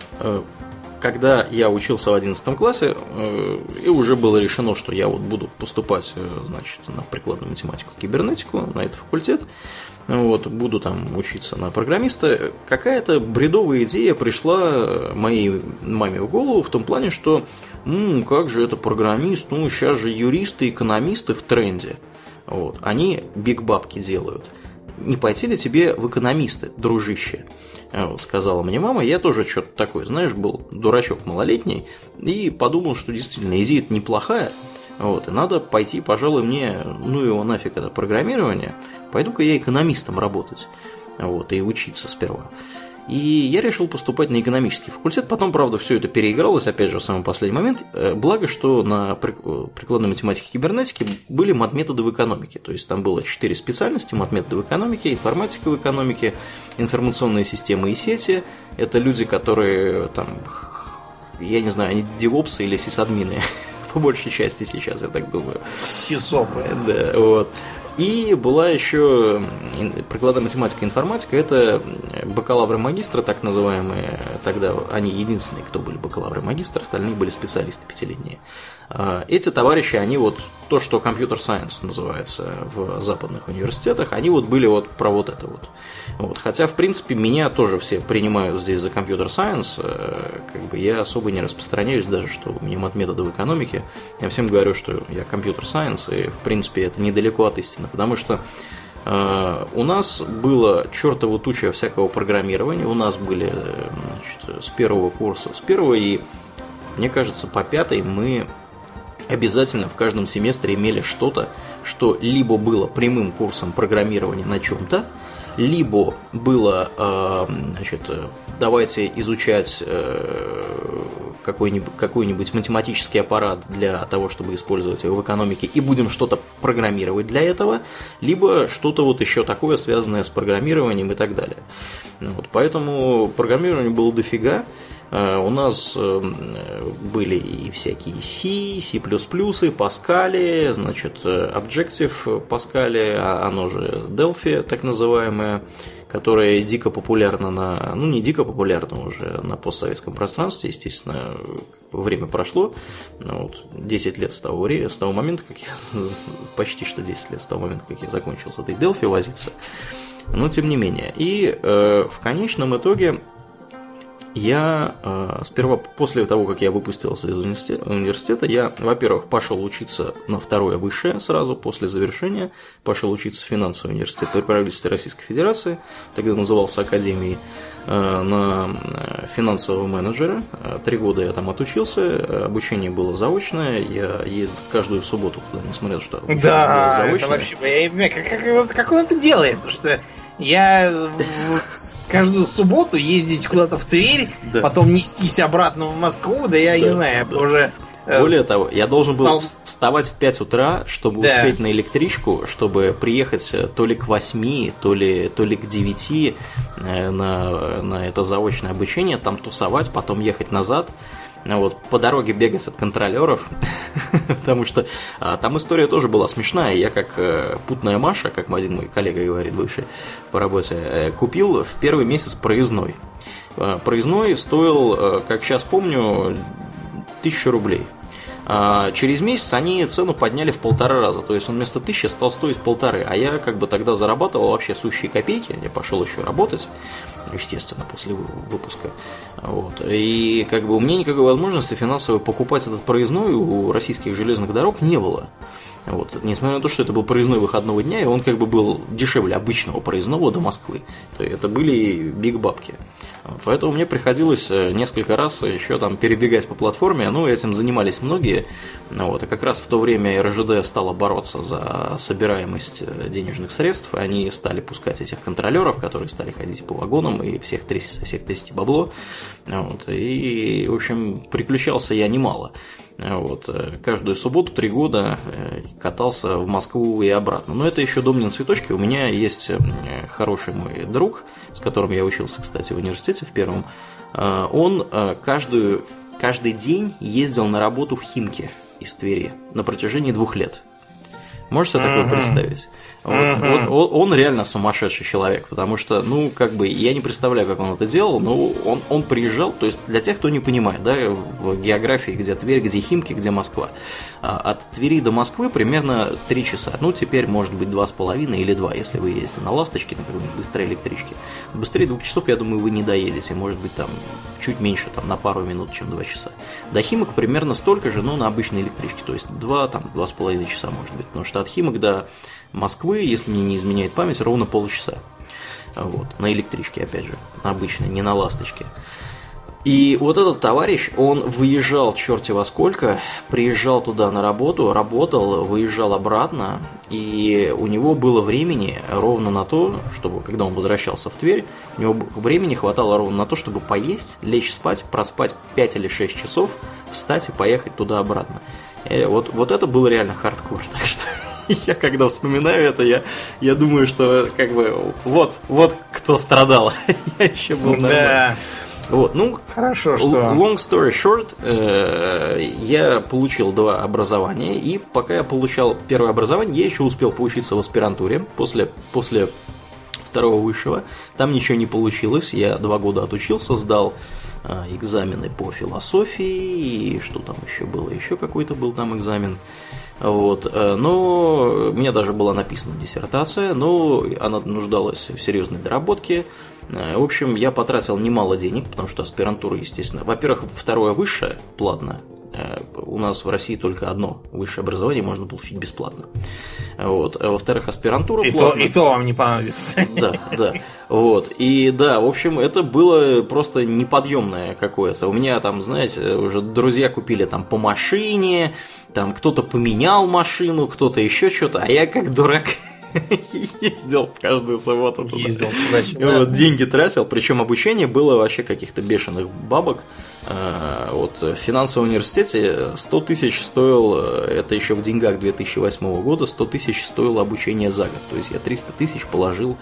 когда я учился в одиннадцатом классе, и уже было решено, что я вот буду поступать, значит, на прикладную математику и кибернетику, на этот факультет, вот, буду там учиться на программиста, какая-то бредовая идея пришла моей маме в голову в том плане, что ну, как же это программист, ну, сейчас же юристы, экономисты в тренде, вот, они биг-бабки делают. Не пойти ли тебе в экономисты, дружище? Вот, сказала мне мама. Я тоже что-то такое, знаешь, был дурачок малолетний и подумал, что действительно идея-то неплохая. Вот, и надо пойти, пожалуй, мне, ну его нафиг это программирование, пойду-ка я экономистом работать, вот, и учиться сперва. И я решил поступать на экономический факультет. Потом, правда, все это переигралось, опять же, в самый последний момент. Благо, что на прикладной математике и кибернетике были матметоды в экономике. То есть там было четыре специальности: матметоды в экономике, информатика в экономике, информационные системы и сети. Это люди, которые там, я не знаю, они девопсы или сисадмины, по большей части сейчас, я так думаю. Сисопы. Да, вот. И была еще прикладная математика и информатика, это бакалавры магистры, так называемые, тогда они единственные, кто были бакалавры магистры, остальные были специалисты пятилетние. Эти товарищи, они вот то, что компьютер-сайенс называется в западных университетах, они вот были вот про вот это вот. Вот. Хотя, в принципе, меня тоже все принимают здесь за компьютер-сайенс, как бы я особо не распространяюсь даже, что у меня матметоды в экономике, я всем говорю, что я компьютер-сайенс, и, в принципе, это недалеко от истины, потому что э, у нас было чертово туча всякого программирования, у нас были, значит, с первого курса, с первого и, мне кажется, по пятый мы обязательно в каждом семестре имели что-то, что либо было прямым курсом программирования на чем-то, либо было, э, значит, давайте изучать э, какой-нибудь, какой-нибудь математический аппарат для того, чтобы использовать его в экономике, и будем что-то программировать для этого, либо что-то вот еще такое, связанное с программированием и так далее. Вот, поэтому программирование было дофига. У нас были и всякие C, C++, Pascal, значит, Objective Pascal, оно же Delphi, так называемое, которое дико популярно на, ну не дико популярно уже на постсоветском пространстве, естественно, время прошло, вот, десять лет с того, времени, с того момента, как я, почти что десять лет с того момента, как я закончил с этой Delphi возиться, но тем не менее. И э, в конечном итоге я э, сперва, после того, как я выпустился из университета, университета, я, во-первых, пошел учиться на второе высшее сразу после завершения, пошел учиться в финансовый университет при правительстве Российской Федерации, тогда назывался Академией, э, на финансового менеджера. Три года я там отучился, обучение было заочное, я ездил каждую субботу туда, несмотря на то, что обучение да, было заочное. Это вообще, я, как, как, как он это делает? Потому что я каждую субботу ездить куда-то в Тверь, да. Потом нестись обратно в Москву, да я да, не знаю, да. уже Более того, я должен был вставать в пять утра, чтобы да. успеть на электричку, чтобы приехать то ли к восьми, то ли, то ли к девяти на, на это заочное обучение, там тусовать, потом ехать назад. Вот, по дороге бегать от контролеров, потому что а, там история тоже была смешная. Я как э, путная Маша, как один мой коллега говорит, бывший по работе, э, купил в первый месяц проездной. Э, проездной стоил, э, как сейчас помню, тысячу рублей. А через месяц они цену подняли в полтора раза. То есть он вместо тысячи стал стоить полторы. А я как бы тогда зарабатывал вообще сущие копейки. Я пошел еще работать, естественно, после выпуска. Вот. И как бы у меня никакой возможности финансово покупать этот проездной у российских железных дорог не было. Вот. Несмотря на то, что это был проездной выходного дня, и он как бы был дешевле обычного проездного до Москвы. То это были биг бабки. Поэтому мне приходилось несколько раз еще там перебегать по платформе. Ну, этим занимались многие. Вот. И как раз в то время эр жэ дэ стала бороться за собираемость денежных средств. Они стали пускать этих контролеров, которые стали ходить по вагонам и всех трясти, всех трясти бабло. Вот. И, в общем, приключался я немало. Вот. Каждую субботу три года катался в Москву и обратно. Но это еще Домнин цветочки. У меня есть хороший мой друг, с которым я учился, кстати, в университете в первом. Он каждую, каждый день ездил на работу в Химки из Твери на протяжении двух лет. Можете такое uh-huh. представить? Вот, uh-huh. вот, он реально сумасшедший человек, потому что, ну, как бы, я не представляю, как он это делал, но он, он приезжал, то есть, для тех, кто не понимает, да, в географии, где Тверь, где Химки, где Москва, от Твери до Москвы примерно три часа, ну, теперь, может быть, два с половиной или два, если вы ездите на ласточке, на какой-нибудь быстрой электричке. Быстрее двух часов, я думаю, вы не доедете, может быть, там, чуть меньше, там, на пару минут, чем два часа. До Химок примерно столько же, но на обычной электричке, то есть, два, там, два с половиной часа, может быть, потому что от Химок до Москвы, если мне не изменяет память, ровно полчаса. Вот, на электричке, опять же, обычной, не на ласточке. И вот этот товарищ, он выезжал черти во сколько, приезжал туда на работу, работал, выезжал обратно, и у него было времени ровно на то, чтобы, когда он возвращался в Тверь, у него времени хватало ровно на то, чтобы поесть, лечь спать, проспать пять или шесть часов, встать и поехать туда-обратно. И вот, вот это был реально хардкор, так что... Я когда вспоминаю это, я, я думаю, что как бы вот, вот кто страдал. Я еще был нормальный. Да. Вот, ну, хорошо, что... Long story short, э, я получил два образования, и пока я получал первое образование, я еще успел поучиться в аспирантуре после, после второго высшего. Там ничего не получилось, я два года отучился, сдал э, экзамены по философии, и что там еще было, еще какой-то был там экзамен. Вот, но у меня даже была написана диссертация, но она нуждалась в серьезной доработке. В общем, я потратил немало денег, потому что аспирантура, естественно. Во-первых, второе высшее платно. У нас в России только одно высшее образование можно получить бесплатно. Вот. А во-вторых, аспирантура и платно. То, и то вам не понадобится. Да, да. Вот. И да, в общем, это было просто неподъемное какое-то. У меня там, знаете, уже друзья купили там по машине, там кто-то поменял машину, кто-то еще что-то, а я как дурак ездил каждую субботу туда. Ездил, значит, да. Вот, деньги тратил, причем обучение было вообще каких-то бешеных бабок. Вот, в финансовом университете сто тысяч стоил, это еще в деньгах две тысячи восьмого года, сто тысяч стоило обучение за год. То есть я триста тысяч положил,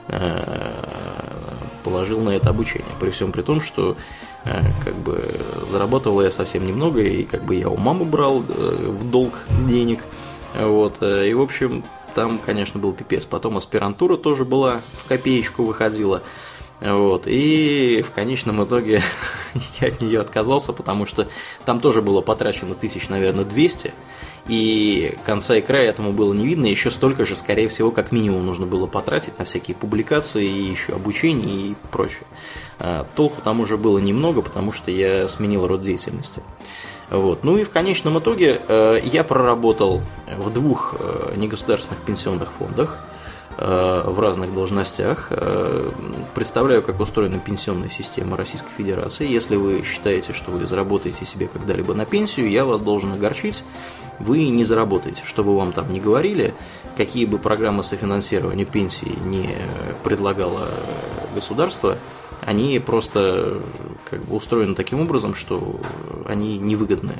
положил на это обучение. При всем при том, что как бы зарабатывал я совсем немного, и как бы я у мамы брал в долг денег. Вот, и в общем, там, конечно, был пипец. Потом аспирантура тоже была, в копеечку выходила. Вот, и в конечном итоге я от нее отказался, потому что там тоже было потрачено тысяч, наверное, двести, и конца и края этому было не видно, еще столько же, скорее всего, как минимум нужно было потратить на всякие публикации, и еще обучение и прочее. Толку там уже было немного, потому что я сменил род деятельности. Вот. Ну и в конечном итоге я проработал в двух негосударственных пенсионных фондах, в разных должностях. Представляю, как устроена пенсионная система Российской Федерации. Если вы считаете, что вы заработаете себе когда-либо на пенсию, я вас должен огорчить, вы не заработаете. Что бы вам там ни говорили, какие бы программы софинансирования пенсии не предлагало государство, они просто как бы устроены таким образом, что они невыгодны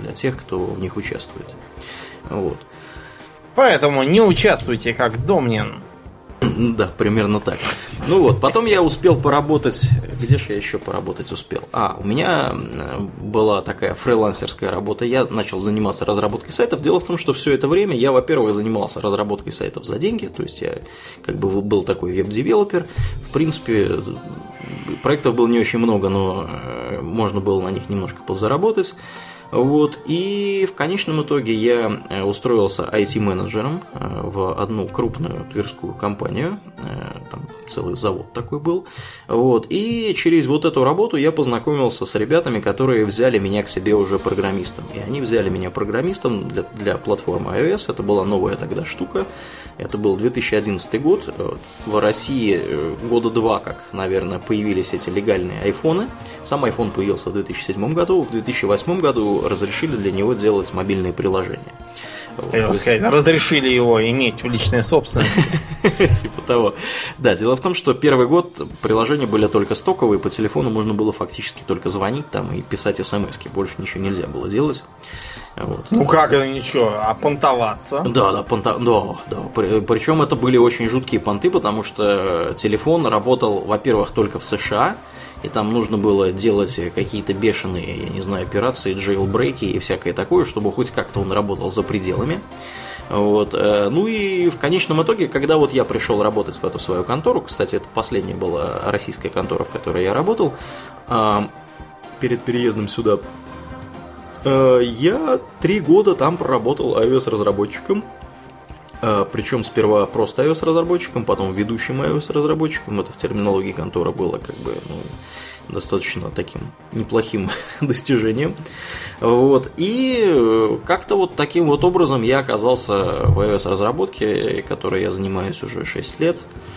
для тех, кто в них участвует. Вот. Поэтому не участвуйте, как Домнин. Да, примерно так. Ну вот, потом я успел поработать. Где же я еще поработать успел? А, у меня была такая фрилансерская работа. Я начал заниматься разработкой сайтов. Дело в том, что все это время я, во-первых, занимался разработкой сайтов за деньги. То есть я как бы был такой веб-девелопер. В принципе, проектов было не очень много, но можно было на них немножко подзаработать. Вот, и в конечном итоге я устроился ай ти-менеджером в одну крупную тверскую компанию, там целый завод такой был, вот, и через вот эту работу я познакомился с ребятами, которые взяли меня к себе уже программистом, и они взяли меня программистом для, для платформы iOS, это была новая тогда штука, это был две тысячи одиннадцатый год, в России года два, как, наверное, появились эти легальные айфоны, сам iPhone появился в две типа седьмом году, в две тысячи восьмом году разрешили для него делать мобильные приложения. Хотел вот, сказать, есть... разрешили его иметь в личной собственности. Типа того. Да, дело в том, что первый год приложения были только стоковые, по телефону можно было фактически только звонить там и писать смс-ки, больше ничего нельзя было делать. Вот. Ну как это ничего, а понтоваться? Да, да, понта... да, да. Причем это были очень жуткие понты, потому что телефон работал, во-первых, только в США, и там нужно было делать какие-то бешеные, я не знаю, операции, джейлбрейки и всякое такое, чтобы хоть как-то он работал за пределами. Вот. Ну и в конечном итоге, когда вот я пришел работать в эту свою контору, кстати, это последняя была российская контора, в которой я работал, перед переездом сюда, я три года там проработал iOS-разработчиком. Причем сперва просто iOS-разработчиком, потом ведущим iOS-разработчиком. Это в терминологии конторы было как бы ну, достаточно таким неплохим достижением. Вот. И как-то вот таким вот образом я оказался в iOS-разработке, которой я занимаюсь уже шесть лет.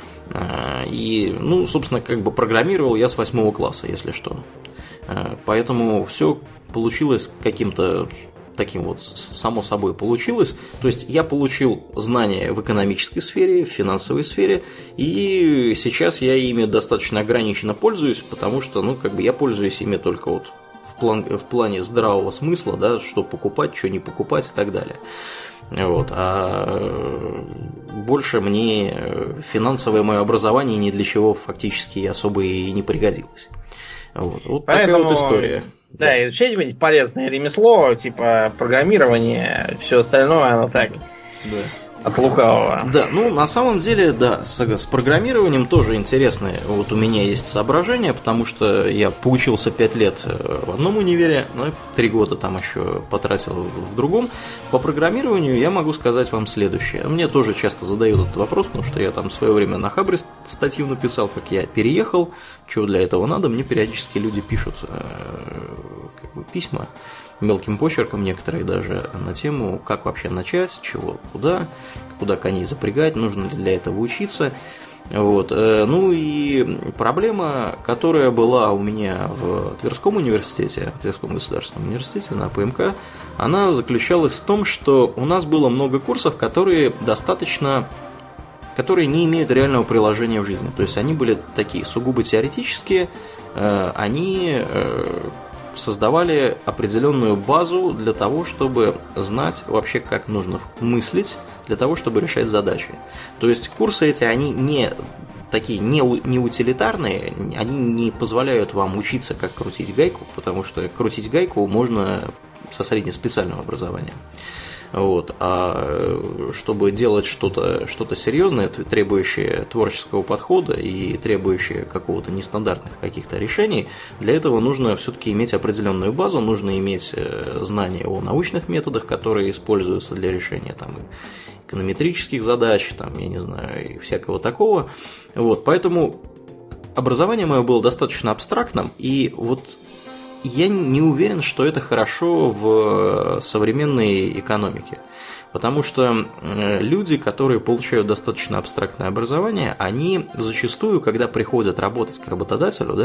И, ну, собственно, как бы программировал я с восьмого класса, если что. Поэтому все получилось каким-то таким вот само собой получилось. То есть я получил знания в экономической сфере, в финансовой сфере, и сейчас я ими достаточно ограниченно пользуюсь, потому что, ну, как бы я пользуюсь ими только вот в, план, в плане здравого смысла, да, что покупать, что не покупать и так далее. Вот. А больше мне финансовое мое образование ни для чего фактически особо и не пригодилось. Вот, вот Поэтому... такая вот история. Да, да, изучать какое-нибудь полезное ремесло, типа программирование, все остальное, оно так, да. От лукавого. Да, ну на самом деле, да, с, с программированием тоже интересное. Вот у меня есть соображения, потому что я поучился пять лет в одном универе, но три года там еще потратил в, в другом. По программированию я могу сказать вам следующее. Мне тоже часто задают этот вопрос, потому что я там в свое время на Хабре статью написал, как я переехал, что для этого надо. Мне периодически люди пишут э, как бы письма мелким почерком, некоторые даже, на тему, как вообще начать, чего, куда, куда коней запрягать, нужно ли для этого учиться. Вот. Ну и проблема, которая была у меня в Тверском университете, в Тверском государственном университете на ПМК, она заключалась в том, что у нас было много курсов, которые достаточно, которые не имеют реального приложения в жизни. То есть они были такие сугубо теоретические, они создавали определенную базу для того, чтобы знать вообще, как нужно мыслить, для того, чтобы решать задачи. То есть курсы эти, они не такие не, не утилитарные, они не позволяют вам учиться, как крутить гайку, потому что крутить гайку можно со среднеспециального образования. Вот. А чтобы делать что-то, что-то серьезное, требующее творческого подхода и требующее какого-то нестандартных каких-то решений, для этого нужно все-таки иметь определенную базу, нужно иметь знания о научных методах, которые используются для решения там, эконометрических задач, там, я не знаю, и всякого такого. Вот. Поэтому образование мое было достаточно абстрактным, и вот я не уверен, что это хорошо в современной экономике, потому что люди, которые получают достаточно абстрактное образование, они зачастую, когда приходят работать к работодателю,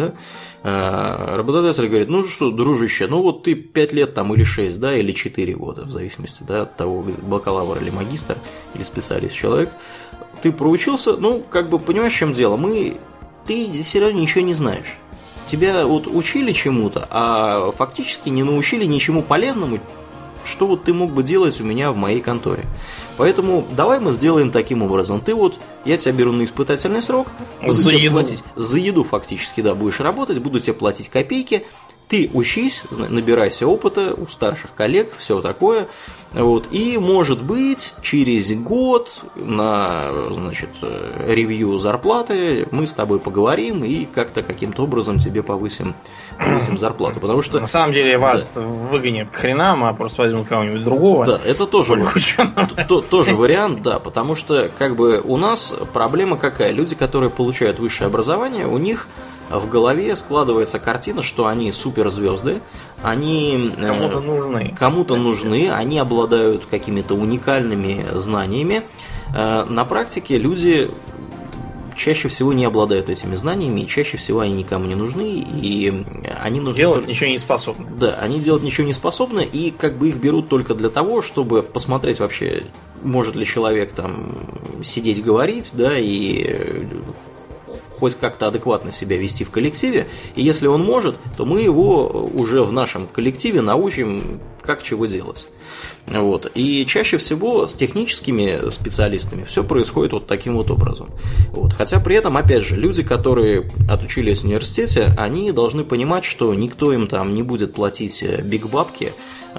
да, работодатель говорит: ну что, дружище, ну вот ты пять лет там или шесть, да, или четыре года, в зависимости, да, от того, бакалавр или магистр, или специалист человек, ты проучился, ну, как бы понимаешь, в чем дело, мы, ты все равно ничего не знаешь. Тебя вот учили чему-то, а фактически не научили ничему полезному, что вот ты мог бы делать у меня в моей конторе. Поэтому давай мы сделаем таким образом. Ты вот, я тебя беру на испытательный срок, буду за тебе еду. платить, за еду фактически, да, будешь работать, буду тебе платить копейки. Ты учись, набирайся опыта у старших коллег, все такое. Вот. И, может быть, через год на, значит, ревью зарплаты мы с тобой поговорим и как-то каким-то образом тебе повысим, повысим зарплату. Потому что... На самом деле вас да. выгонят к хренам, а просто возьмут кого-нибудь другого. Да, это тоже, то, тоже вариант, да, потому что как бы у нас проблема какая? Люди, которые получают высшее образование, у них в голове складывается картина, что они суперзвезды, они кому-то нужны. Кому-то нужны, они обладают какими-то уникальными знаниями. На практике люди чаще всего не обладают этими знаниями, и чаще всего они никому не нужны, и они нужны делать только... ничего не способны. Да, они делать ничего не способны, и как бы их берут только для того, чтобы посмотреть вообще, может ли человек там сидеть говорить, да, и хоть как-то адекватно себя вести в коллективе, и если он может, то мы его уже в нашем коллективе научим, как чего делать. Вот. И чаще всего с техническими специалистами все происходит вот таким вот образом. Вот. Хотя при этом, опять же, люди, которые отучились в университете, они должны понимать, что никто им там не будет платить биг-бабки,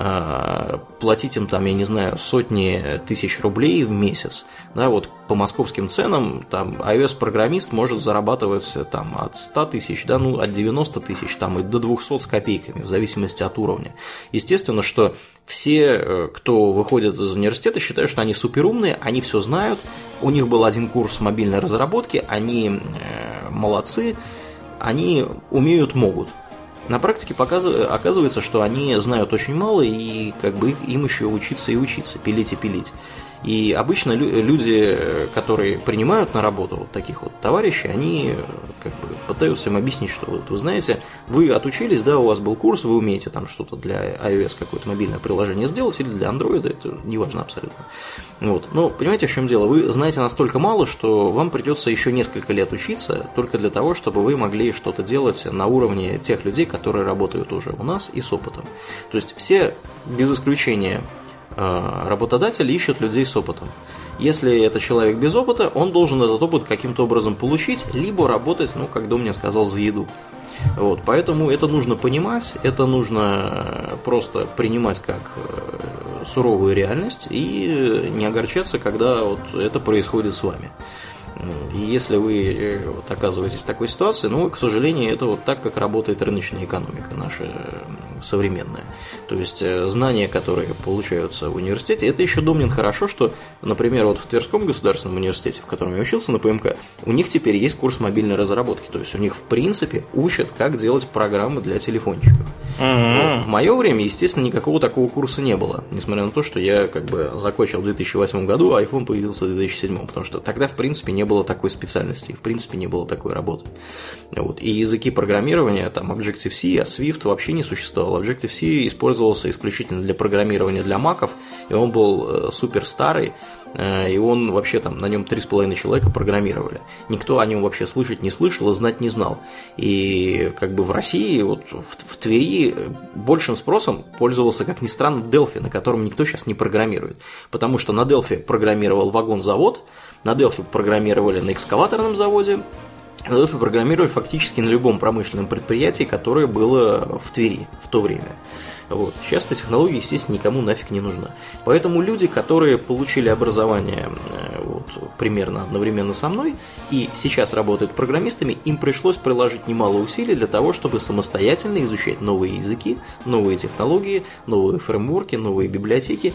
платить им там, я не знаю, сотни тысяч рублей в месяц. Да, вот по московским ценам там iOS-программист может зарабатывать там от ста тысяч, да, ну, от девяноста тысяч там, и до двухсот с копейками, в зависимости от уровня. Естественно, что все, кто выходит из университета, считают, что они суперумные, они все знают, у них был один курс мобильной разработки, они э, молодцы, они умеют, могут. На практике показывается, оказывается, что они знают очень мало, и как бы их, им еще учиться и учиться, пилить и пилить. И обычно люди, которые принимают на работу вот таких вот товарищей, они как бы пытаются им объяснить, что вот вы знаете, вы отучились, да, у вас был курс, вы умеете там что-то для iOS какое-то мобильное приложение сделать, или для Android, это неважно абсолютно. Вот. Но понимаете, в чем дело? Вы знаете настолько мало, что вам придется еще несколько лет учиться только для того, чтобы вы могли что-то делать на уровне тех людей, которые работают уже у нас и с опытом. То есть все, без исключения, работодатели ищут людей с опытом. Если это человек без опыта, он должен этот опыт каким-то образом получить, либо работать, ну, как Домнин сказал, за еду. Вот, поэтому это нужно понимать, это нужно просто принимать как суровую реальность и не огорчаться, когда вот это происходит с вами. И если вы вот оказываетесь в такой ситуации, ну, к сожалению, это вот так, как работает рыночная экономика наша современная. То есть знания, которые получаются в университете, это еще, Домнин, хорошо, что, например, вот в Тверском государственном университете, в котором я учился на ПМК, у них теперь есть курс мобильной разработки. То есть у них, в принципе, учат, как делать программы для телефончиков. Mm-hmm. Вот. В мое время, естественно, никакого такого курса не было, несмотря на то, что я как бы закончил в две тысячи восьмом году, а iPhone появился в две тысячи седьмом, потому что тогда, в принципе, не было такой специальности, в принципе, не было такой работы. Вот. И языки программирования, там, Objective-C, а Swift вообще не существовал. Objective-C использовался исключительно для программирования для маков, и он был э, супер старый, э, и он вообще там, на нем три с половиной человека программировали. Никто о нем вообще слышать не слышал и знать не знал. И как бы в России, вот в, в Твери большим спросом пользовался, как ни странно, Delphi, на котором никто сейчас не программирует. Потому что на Delphi программировал вагонзавод, на Delphi программировали на экскаваторном заводе, на Delphi программировали фактически на любом промышленном предприятии, которое было в Твери в то время. Вот. Сейчас эта технология, естественно, никому нафиг не нужна. Поэтому люди, которые получили образование вот, примерно одновременно со мной и сейчас работают программистами, им пришлось приложить немало усилий для того, чтобы самостоятельно изучать новые языки, новые технологии, новые фреймворки, новые библиотеки,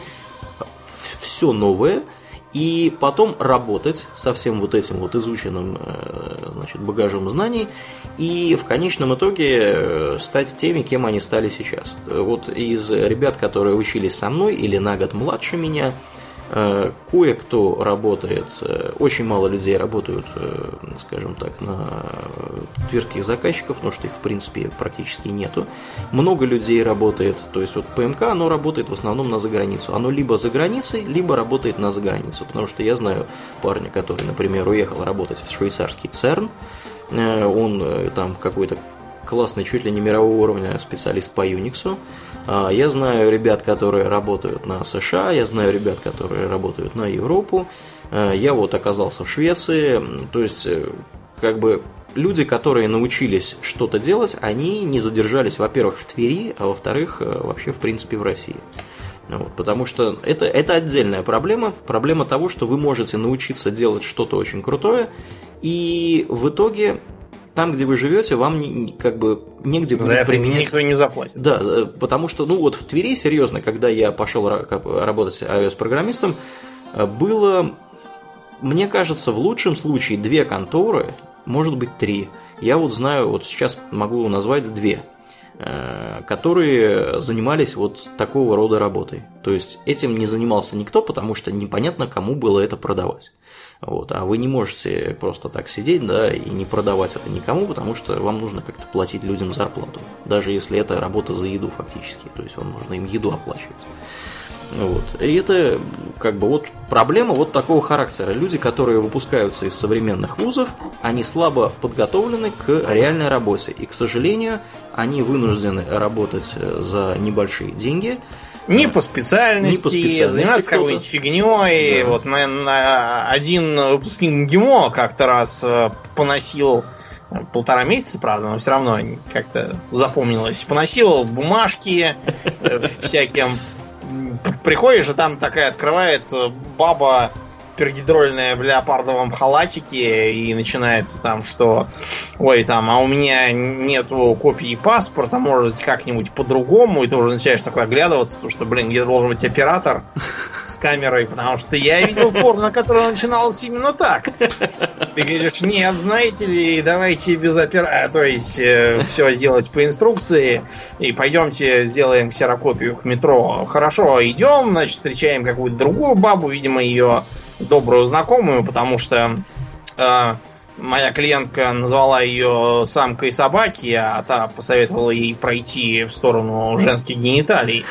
все новое. И потом работать со всем вот этим вот изученным, значит, багажом знаний и в конечном итоге стать теми, кем они стали сейчас. Вот из ребят, которые учились со мной или на год младше меня, кое-кто работает, очень мало людей работают, скажем так, на тверских заказчиков, потому что их в принципе практически нету. Много людей работает, то есть вот ПМК, оно работает в основном на заграницу. Оно либо за границей, либо работает на заграницу, потому что я знаю парня, который, например, уехал работать в швейцарский ЦЕРН, он там какой-то классный, чуть ли не мирового уровня специалист по Unix. Я знаю ребят, которые работают на США, я знаю ребят, которые работают на Европу. Я вот оказался в Швеции. То есть, как бы, люди, которые научились что-то делать, они не задержались, во-первых, в Твери, а во-вторых, вообще, в принципе, в России. Вот, потому что это, это отдельная проблема. Проблема того, что вы можете научиться делать что-то очень крутое, и в итоге там, где вы живете, вам не, как бы негде будет за это применять. Никто не заплатит. Да, потому что, ну вот в Твери, серьезно, когда я пошел работать iOS-программистом, было, мне кажется, в лучшем случае две конторы, может быть три. Я вот знаю, вот сейчас могу назвать две, которые занимались вот такого рода работой. То есть этим не занимался никто, потому что непонятно, кому было это продавать. Вот. А вы не можете просто так сидеть, да, и не продавать это никому, потому что вам нужно как-то платить людям зарплату. Даже если это работа за еду фактически. То есть вам нужно им еду оплачивать. Вот. И это как бы вот проблема вот такого характера. Люди, которые выпускаются из современных вузов, они слабо подготовлены к реальной работе. И, к сожалению, они вынуждены работать за небольшие деньги. Не по специальности, не по специальности заниматься какой-нибудь фигней. Да. Вот на, один выпускник МГИМО как-то раз поносил полтора месяца, правда, но все равно как-то запомнилось. Поносил бумажки всяким. Приходишь, и там такая открывает баба пергидрольная в леопардовом халатике, и начинается там, что ой, там, а у меня нету копии паспорта, может как-нибудь по-другому, и ты уже начинаешь такой оглядываться, потому что, блин, где должен быть оператор с камерой, потому что я видел порно, которое начиналось именно так. Ты говоришь, нет, знаете ли, давайте без оператора, то есть э, все сделать по инструкции, и пойдемте сделаем ксерокопию к метро. Хорошо, идем, значит, встречаем какую-то другую бабу, видимо, ее добрую знакомую, потому что э, моя клиентка назвала ее самкой собаки, а та посоветовала ей пройти в сторону женских гениталий.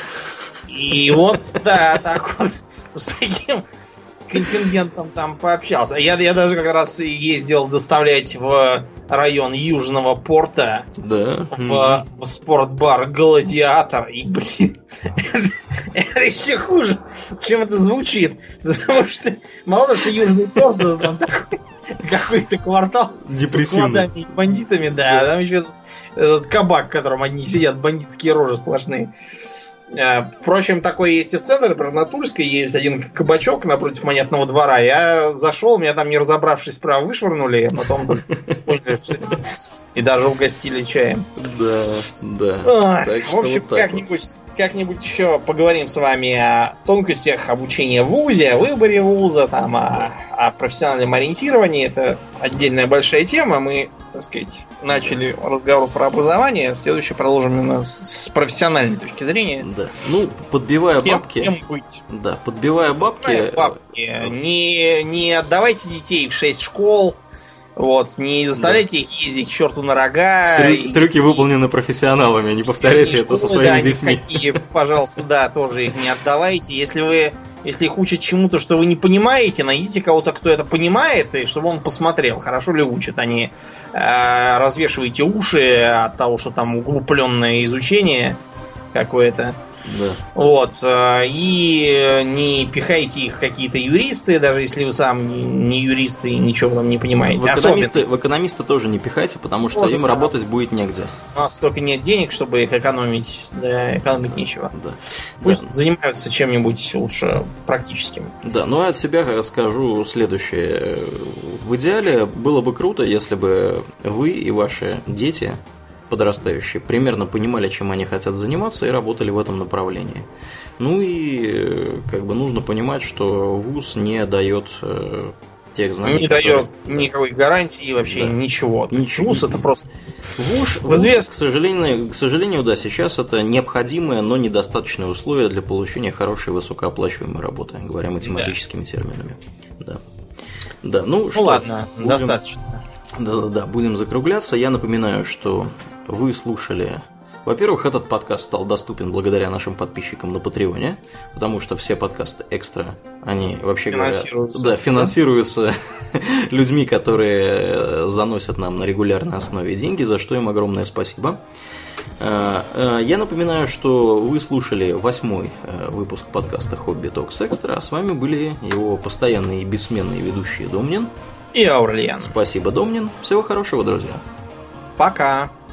И вот, да, так вот, с таким контингентом там пообщался. Я, я даже как раз ездил доставлять в район Южного порта, да. в, mm-hmm. в спортбар «Гладиатор». И, блин, это, это еще хуже, чем это звучит. Потому что мало того, что Южный порт, это там такой какой-то квартал со складами и бандитами, да, там еще этот, этот кабак, в котором одни сидят, бандитские рожи сплошные. Впрочем, такое есть и в центре, например, на Тульской есть один кабачок напротив Монетного двора. Я зашел, меня там, не разобравшись, справа вышвырнули, а потом поняли, и даже угостили чаем. Да, да. Ой, в общем, вот как-нибудь, вот. как-нибудь еще поговорим с вами о тонкостях обучения в вузе, о выборе вуза, там, о, о профессиональном ориентировании. Это отдельная большая тема. Мы, так сказать, начали разговор про образование. Следующий продолжим именно с профессиональной точки зрения. Да. Ну, подбивая кем, бабки. Кем быть? Да, подбивая бабки. Подбивая бабки. Не, не отдавайте детей в шесть школ. Вот, не заставляйте да. их ездить к черту на рога. Трю, и, трюки и, выполнены профессионалами, не повторяйте это со своими да, детьми. Никакие, пожалуйста, да, тоже их не отдавайте. Если вы, если их учат чему-то, что вы не понимаете, найдите кого-то, кто это понимает, и чтобы он посмотрел, хорошо ли учат. А не э, развешивайте уши от того, что там углубленное изучение какое-то. Да. Вот. И не пихайте их какие-то юристы, даже если вы сам не юрист и ничего там не понимаете. В экономисты, в экономисты тоже не пихайте, потому что тоже им да. работать будет негде. У нас столько нет денег, чтобы их экономить. Да, экономить нечего. Да. Пусть да. занимаются чем-нибудь лучше практическим. Да, ну а от себя расскажу следующее. В идеале было бы круто, если бы вы и ваши дети подрастающие примерно понимали, чем они хотят заниматься, и работали в этом направлении. Ну и как бы нужно понимать, что вуз не дает э, тех знаний, не которые... дает никакой гарантии вообще да. ничего. ничего. Вуз это просто вуз, вуз к сожалению, к сожалению, да, сейчас это необходимое, но недостаточное условие для получения хорошей высокооплачиваемой работы, говоря математическими да. терминами. Да. Да, ну, ну что, ладно, будем... достаточно. Да-да-да, будем закругляться. Я напоминаю, что вы слушали Во-первых, этот подкаст стал доступен благодаря нашим подписчикам на Патреоне, потому что все подкасты экстра, они вообще финансируются, говоря, да, финансируются да? людьми, которые заносят нам на регулярной основе деньги, за что им огромное спасибо. Я напоминаю, что вы слушали восьмой выпуск подкаста Hobby Talks Extra, а с вами были его постоянные и бессменные ведущие Домнин и Аурлиен. Спасибо, Домнин. Всего хорошего, друзья. Пока.